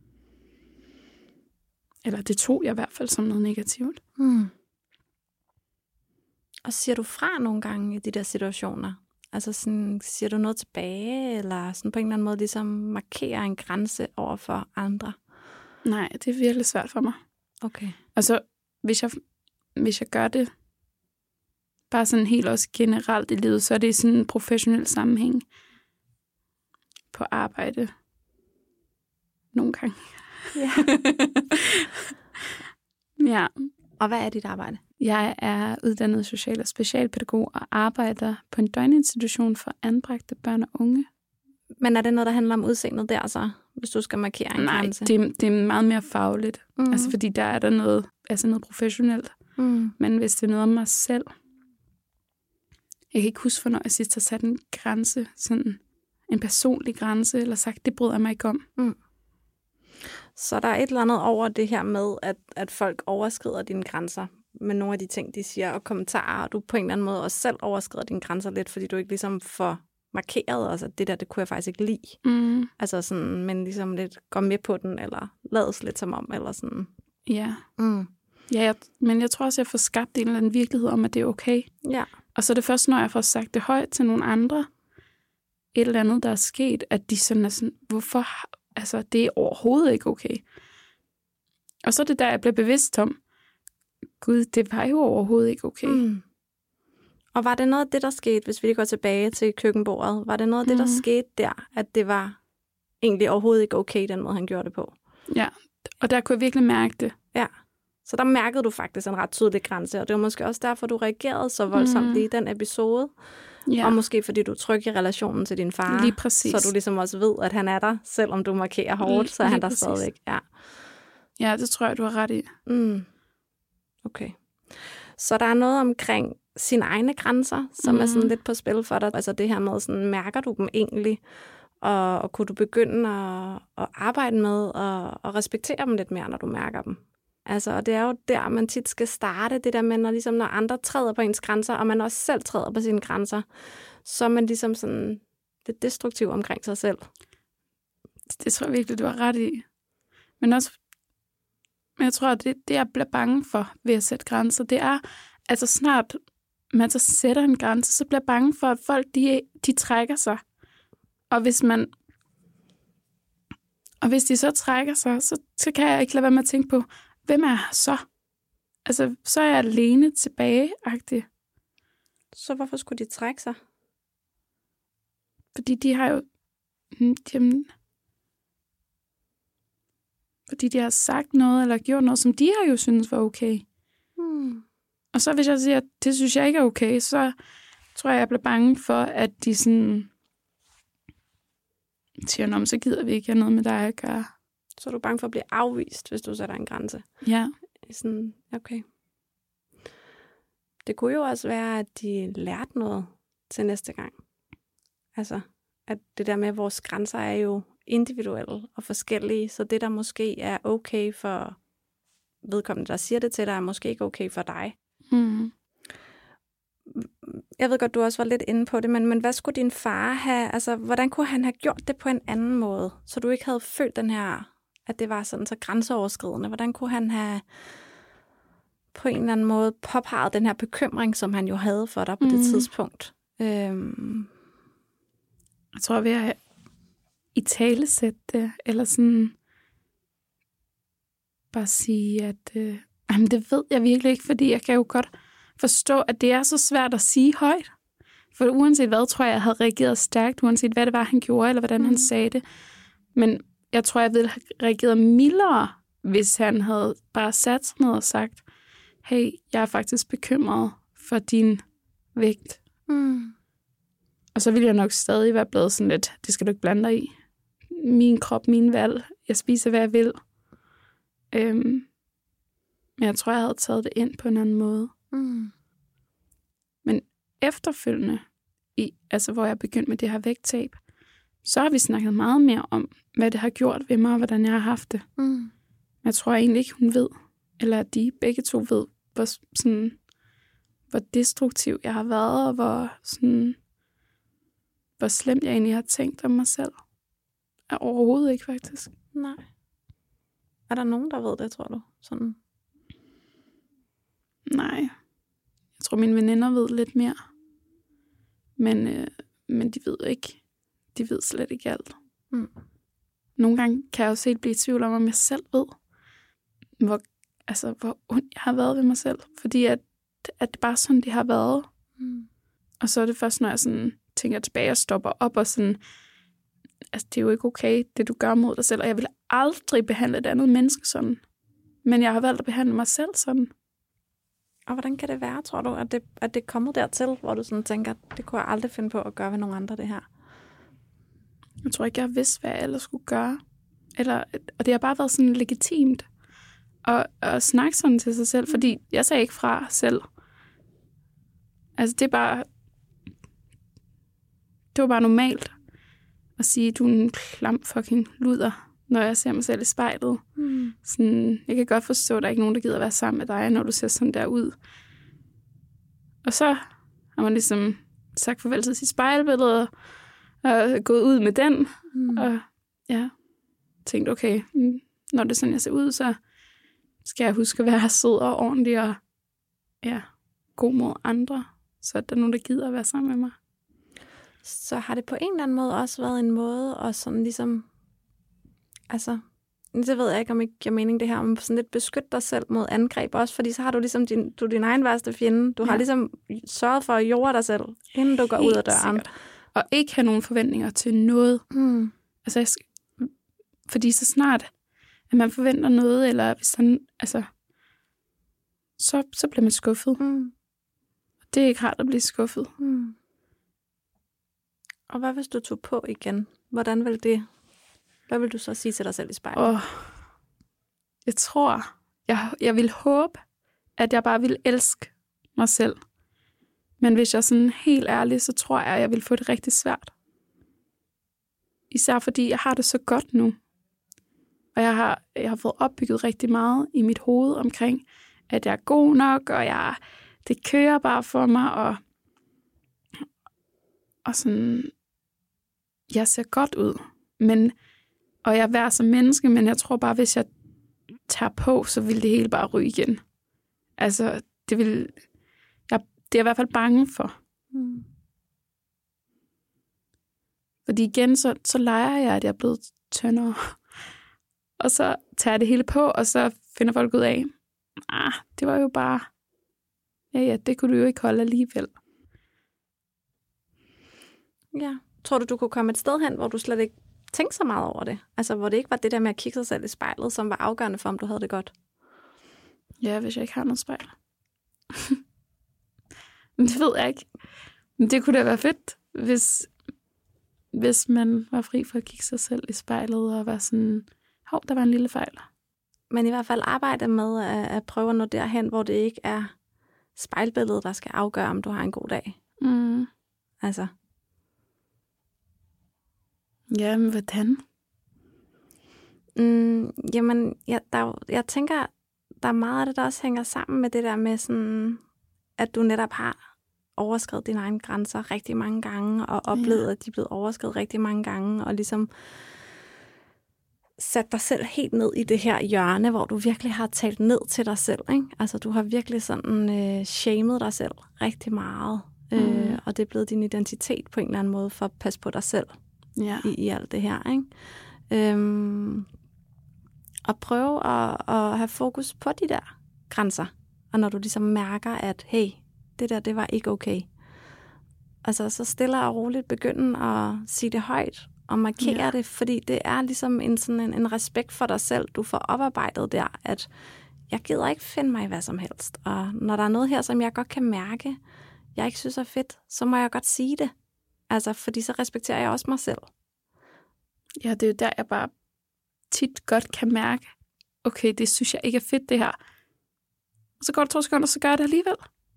Eller det tog jeg i hvert fald som noget negativt. Mm. Og siger du fra nogle gange i de der situationer? Altså sådan, siger du noget tilbage, eller sådan på en eller anden måde ligesom markerer en grænse over for andre? Nej, det er virkelig svært for mig. Okay. Altså, hvis jeg, hvis jeg gør det, bare sådan helt også generelt i livet, så er det i sådan en professionel sammenhæng. På arbejde. Nogle gange. Ja. Ja. Og hvad er dit arbejde? Jeg er uddannet social- og specialpædagog og arbejder på en døgninstitution for anbragte børn og unge. Men er det noget, der handler om udseendet der så, hvis du skal markere en Nej, grænse? det, det er meget mere fagligt. Mm. Altså, fordi der er der noget, altså noget professionelt. Mm. Men hvis det er noget om mig selv... Jeg kan ikke huske, hvornår jeg sidst har sat en grænse, sådan en personlig grænse, eller sagt, det bryder jeg mig ikke om. Mm. Så der er et eller andet over det her med, at, at folk overskrider dine grænser med nogle af de ting, de siger, og kommentarer, og du på en eller anden måde også selv overskrider dine grænser lidt, fordi du ikke ligesom får markeret også, at det der, det kunne jeg faktisk ikke lide. Mm. Altså sådan, men ligesom lidt går med på den, eller lades lidt som om, eller sådan. Ja. Mm. Ja, jeg, men jeg tror også, jeg får skabt en eller anden virkelighed om, at det er okay. Ja. Og så er det først, når jeg får sagt det højt til nogle andre, et eller andet, der er sket, at de sådan er sådan, hvorfor, altså, det er overhovedet ikke okay. Og så er det der, jeg bliver bevidst om, gud, det var jo overhovedet ikke okay. Mm. Og var det noget af det, der skete, hvis vi lige går tilbage til køkkenbordet, var det noget af det, der Mhm. skete der, at det var egentlig overhovedet ikke okay, den måde, han gjorde det på? Ja, og der kunne jeg virkelig mærke det. Ja. Så der mærkede du faktisk en ret tydelig grænse, og det var måske også derfor, du reagerede så voldsomt Mhm. lige i den episode. Ja, Og måske fordi du er tryg i relationen til din far. lige præcis. Så du ligesom også ved, at han er der, selvom du markerer hårdt, så er Lige han der præcis. stadigvæk. Ja. Ja, det tror jeg, du har ret i. Mm. Okay. Så der er noget omkring sine egne grænser, som mm. er sådan lidt på spil for dig. Altså det her med, sådan, mærker du dem egentlig? Og, og kunne du begynde at, at arbejde med og, og respektere dem lidt mere, når du mærker dem? Altså, og det er jo der, man tit skal starte, det der med, når, ligesom, når andre træder på ens grænser, og man også selv træder på sine grænser, så er man ligesom sådan lidt destruktiv omkring sig selv. Det tror jeg virkelig, du har ret i. Men også, men jeg tror, at det, det, jeg bliver bange for ved at sætte grænser, det er, altså snart man så sætter en grænse, så bliver jeg bange for, at folk, de, de trækker sig. Og hvis man, og hvis de så trækker sig, så, så kan jeg ikke lade være med at tænke på, hvem er jeg så? Altså, så er jeg alene tilbage-agtig. Så hvorfor skulle de trække sig? Fordi de har jo... Jamen, fordi de har sagt noget, eller gjort noget, som de har jo synes var okay. Hmm. Og så hvis jeg siger, at det synes jeg ikke er okay, så tror jeg, jeg bliver bange for, at de sådan siger, om så gider vi ikke have noget med dig at gøre. Så er du bange for at blive afvist, hvis du sætter en grænse? Ja. Sådan, okay. Det kunne jo også være, at de lærte noget til næste gang. Altså, at det der med, at vores grænser er jo individuelle og forskellige, så det, der måske er okay for vedkommende, der siger det til dig, er måske ikke okay for dig. Mm. Jeg ved godt, du også var lidt inde på det, men, men hvad skulle din far have, altså, hvordan kunne han have gjort det på en anden måde, så du ikke havde følt den her, at det var sådan så grænseoverskridende? Hvordan kunne han have på en eller anden måde påpeget den her bekymring, som han jo havde for dig på mm. det tidspunkt? Øhm. Jeg tror, ved at i talesætte det, eller sådan bare sige, at øh, jamen, det ved jeg virkelig ikke, fordi jeg kan jo godt forstå, at det er så svært at sige højt. For uanset hvad, tror jeg, jeg havde reageret stærkt, uanset hvad det var, han gjorde, eller hvordan mm. han sagde det. Men jeg tror, jeg ville have reageret mildere, hvis han havde bare sat sig ned og sagt, hey, jeg er faktisk bekymret for din vægt. Mm. Og så ville jeg nok stadig være blevet sådan lidt, det skal du ikke blande dig i. Min krop, min valg. Jeg spiser, hvad jeg vil. Øhm, men jeg tror, jeg havde taget det ind på en anden måde. Mm. Men efterfølgende, i, altså hvor jeg begyndte med det her vægttab, så har vi snakket meget mere om, hvad det har gjort ved mig, og hvordan jeg har haft det. Mm. Jeg tror egentlig ikke, hun ved, eller at de begge to ved, hvor, sådan, hvor destruktiv jeg har været, og hvor, sådan, hvor slemt jeg egentlig har tænkt om mig selv. Jeg overhovedet ikke, faktisk. Nej. Er der nogen, der ved det, tror du? Sådan. Nej. Jeg tror, mine veninder ved lidt mere. Men, øh, men de ved ikke. De ved slet ikke alt. Mm. Nogle gange kan jeg også helt blive i tvivl om, om jeg selv ved, hvor, altså, hvor ondt jeg har været ved mig selv. Fordi at, at det bare sådan, det har været. Mm. Og så er det først, når jeg sådan tænker tilbage og stopper op og sådan, altså det er jo ikke okay, det du gør mod dig selv. Og jeg vil aldrig behandle et andet menneske sådan. Men jeg har valgt at behandle mig selv sådan. Og hvordan kan det være, tror du, at det, at det er kommet dertil, hvor du sådan tænker, det kunne jeg aldrig finde på at gøre ved nogen andre, det her? Jeg tror ikke, jeg vidste, hvad jeg ellers skulle gøre. Eller, og det har bare været sådan legitimt at, at snakke sådan til sig selv, fordi jeg sagde ikke fra selv. Altså, det er bare... Det var bare normalt at sige, du er en klam fucking luder, når jeg ser mig selv i spejlet. Mm. Sådan, jeg kan godt forstå, at der er ikke nogen, der gider være sammen med dig, når du ser sådan der ud. Og så har man ligesom sagt farvel til sit spejlbillede, og gået ud med den, mm. og ja, tænkt, okay, når det er sådan, jeg ser ud, så skal jeg huske at være sød og ordentlig, og ja, god mod andre, så der er nogen, der gider at være sammen med mig. Så har det på en eller anden måde også været en måde at sådan ligesom, altså, det ved jeg ikke, om ikke giver mening det her, om sådan lidt beskytte dig selv mod angreb også, fordi så har du ligesom din, du er din egen værste fjende. Du ja. har ligesom sørget for at jorde dig selv, inden du går Helt ud af døren. Sikkert. Og ikke have nogen forventninger til noget. Mm. Altså, jeg skal, fordi så snart, at man forventer noget, eller hvis han, altså, så, så bliver man skuffet. Mm. Det er ikke rart at blive skuffet. Mm. Og hvad hvis du tog på igen? Hvordan vil det, hvad vil du så sige til dig selv i spejlet? Oh, jeg tror, jeg, jeg vil håbe, at jeg bare vil elske mig selv. Men hvis jeg er sådan helt ærlig, så tror jeg, at jeg vil få det rigtig svært. Især fordi jeg har det så godt nu. Og jeg har, jeg har fået opbygget rigtig meget i mit hoved omkring, at jeg er god nok, og jeg, det kører bare for mig, og, og sådan, jeg ser godt ud. Men, og jeg er værd som menneske, men jeg tror bare, hvis jeg tager på, så vil det hele bare ryge igen. Altså, det vil... Jeg, det er jeg i hvert fald bange for. Mm. Fordi igen, så, så leger jeg, at jeg er blevet tyndere. Og så tager jeg det hele på, og så finder folk ud af, ah, det var jo bare... Ja, ja, det kunne du jo ikke holde alligevel. Ja. Tror du, du kunne komme et sted hen, hvor du slet ikke tænkte så meget over det? Altså, hvor det ikke var det der med at kigge sig selv i spejlet, som var afgørende for, om du havde det godt? Ja, hvis jeg ikke har noget spejl. Men det ved jeg ikke. Men det kunne da være fedt, hvis, hvis man var fri for at kigge sig selv i spejlet og var sådan, hov, der var en lille fejl. Men i hvert fald arbejde med at, at prøve at nå derhen, hvor det ikke er spejlbilledet, der skal afgøre, om du har en god dag. Mm. Altså. Ja, men hvordan? Mm, jamen, jeg, der, jeg tænker, der er meget af det, der også hænger sammen med det der med sådan, at du netop har overskredet dine egne grænser rigtig mange gange, og oplevet, ja. At de er blevet overskredet rigtig mange gange, og ligesom sat dig selv helt ned i det her hjørne, hvor du virkelig har talt ned til dig selv, ikke? Altså, du har virkelig sådan øh, shamed dig selv rigtig meget, mm. øh, og det er blevet din identitet på en eller anden måde, for at passe på dig selv ja. i, i alt det her, ikke? Øhm, og prøve at, at have fokus på de der grænser, og når du ligesom mærker, at hey, det der, det var ikke okay. Altså, så stille og roligt begynde at sige det højt, og markere ja. Det, fordi det er ligesom en, sådan en, en respekt for dig selv, du får oparbejdet der, at jeg gider ikke finde mig i hvad som helst. Og når der er noget her, som jeg godt kan mærke, jeg ikke synes er fedt, så må jeg godt sige det. Altså, fordi så respekterer jeg også mig selv. Ja, det er jo der, jeg bare tit godt kan mærke, okay, det synes jeg ikke er fedt, det her. Og så går det to sekunder, så gør jeg det alligevel.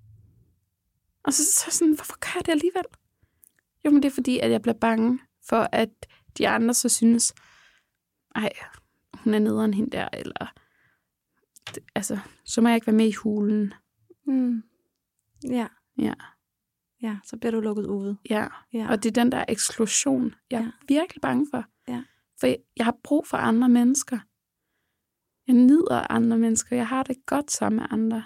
Og så, så sådan, hvorfor gør jeg det alligevel? Jo, men det er fordi, at jeg bliver bange for, at de andre så synes, ej, hun er nederen hende der, eller altså, så må jeg ikke være med i hulen. Mm. Ja. Ja. Ja, så bliver du lukket ude. Ja. ja, og det er den der eksklusion, jeg er ja. virkelig bange for. Ja. For jeg, jeg har brug for andre mennesker. Jeg nyder andre mennesker. Jeg har det godt sammen med andre.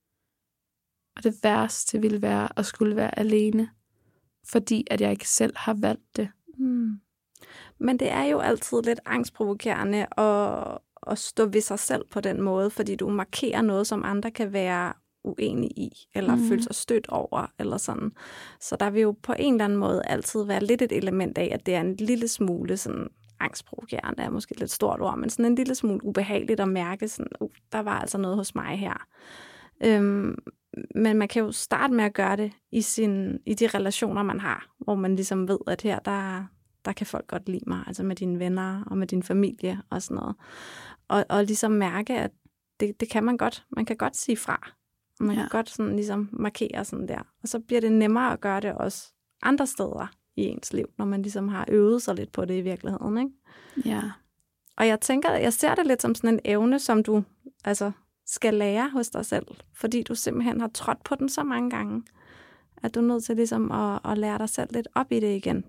Og det værste ville være at skulle være alene, fordi at jeg ikke selv har valgt det. Mm. Men det er jo altid lidt angstprovokerende at, at stå ved sig selv på den måde, fordi du markerer noget, som andre kan være uenige i, eller mm. føle sig stødt over, eller sådan. Så der vil jo på en eller anden måde altid være lidt et element af, at det er en lille smule sådan angstprovokerende, er måske lidt stort ord, men sådan en lille smule ubehageligt at mærke, sådan, uh, der var altså noget hos mig her. Øhm, men man kan jo starte med at gøre det i, sin, i de relationer, man har, hvor man ligesom ved, at her, der, der kan folk godt lide mig, altså med dine venner og med din familie og sådan noget. Og, og ligesom mærke, at det, det kan man godt. Man kan godt sige fra. Og man ja. kan godt sådan ligesom markere sådan der. Og så bliver det nemmere at gøre det også andre steder i ens liv, når man ligesom har øvet sig lidt på det i virkeligheden, ikke? Ja. Og jeg tænker, jeg ser det lidt som sådan en evne, som du altså skal lære hos dig selv, fordi du simpelthen har trådt på den så mange gange, at du er nødt til ligesom at, at lære dig selv lidt op i det igen,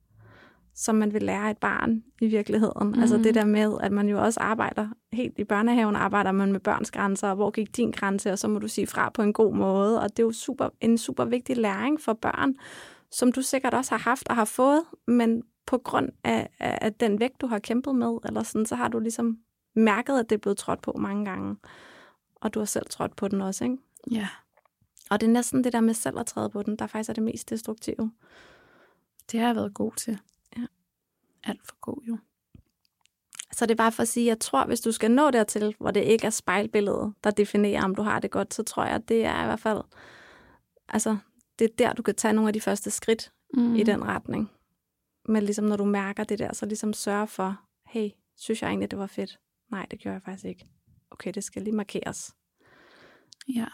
som man vil lære et barn i virkeligheden. Mm-hmm. Altså det der med, at man jo også arbejder, helt i børnehaven arbejder man med børns grænser, og hvor gik din grænse, og så må du sige fra på en god måde, og det er jo super, en super vigtig læring for børn, som du sikkert også har haft og har fået, men på grund af, af den vægt, du har kæmpet med, eller sådan, så har du ligesom mærket, at det er blevet trådt på mange gange. Og du har selv trådt på den også, ikke? Ja. Og det er næsten det der med selv at træde på den, der faktisk er det mest destruktive. Det har jeg været god til. Ja. Alt for god, jo. Så det er bare for at sige, jeg tror, hvis du skal nå dertil, hvor det ikke er spejlbilledet, der definerer, om du har det godt, så tror jeg, at det er i hvert fald, altså, det er der, du kan tage nogle af de første skridt mm. i den retning. Men ligesom når du mærker det der, så ligesom sørge for, hey, synes jeg egentlig, det var fedt? Nej, det gjorde jeg faktisk ikke. Okay, det skal lige markeres. Ja.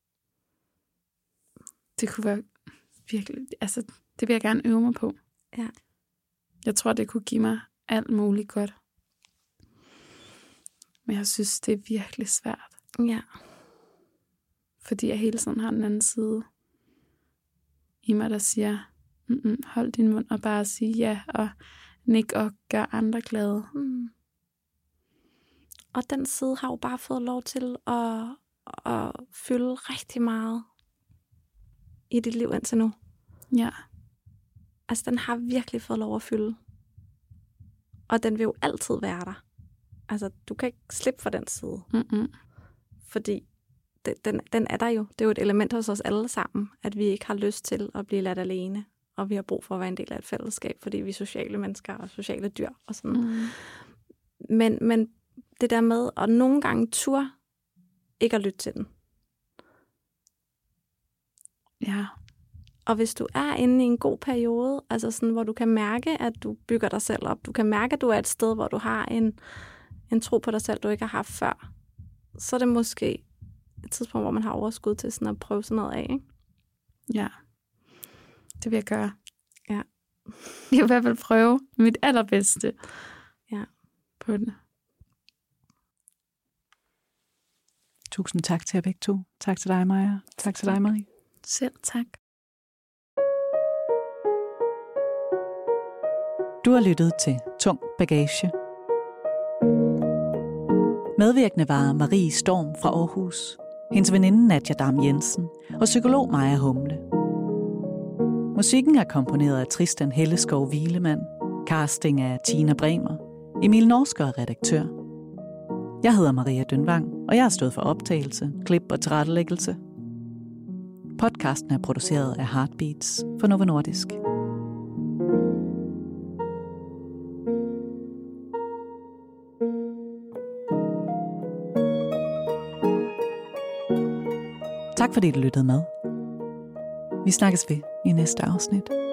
Det kunne være virkelig, altså, det vil jeg gerne øve mig på. Ja. Jeg tror, det kunne give mig alt muligt godt. Men jeg synes, det er virkelig svært. Ja. Fordi jeg hele tiden har den anden side i mig, der siger, mm-mm, hold din mund og bare sige ja, og nik og gør andre glade. Mm. Og den side har jo bare fået lov til at, at fylde rigtig meget i dit liv indtil nu. Ja. Altså, den har virkelig fået lov at fylde. Og den vil jo altid være der. Altså, du kan ikke slippe for den side. Mm-mm. Fordi det, den, den er der jo. Det er jo et element hos os alle sammen, at vi ikke har lyst til at blive ladt alene. Og vi har brug for at være en del af et fællesskab, fordi vi er sociale mennesker og sociale dyr og sådan. Mm. Men, men det der med at nogle gange turde ikke at lytte til den. Ja. Og hvis du er inde i en god periode, altså sådan, hvor du kan mærke, at du bygger dig selv op, du kan mærke, at du er et sted, hvor du har en, en tro på dig selv, du ikke har haft før, så er det måske et tidspunkt, hvor man har overskud til sådan at prøve sådan noget af, ikke? Ja, det vil jeg gøre. Ja. Jeg vil i hvert fald prøve mit allerbedste ja. på det. Tusind tak til jer begge to. Tak til dig, Maja. Tak til dig, Marie. Selv tak. Du har lyttet til Tung Bagage. Medvirkende var Marie Storm fra Aarhus, hendes veninde Nadja Dam Jensen og psykolog Maja Humle. Musikken er komponeret af Tristan Helleskov Hvilemann, casting af Tina Bremer, Emil Norsker er redaktør. Jeg hedder Maria Dønvang, og jeg har stået for optagelse, klip og tilrettelæggelse. Podcasten er produceret af Heartbeats for Novo Nordisk. Tak fordi du lyttede med. Vi snakkes ved i næste afsnit.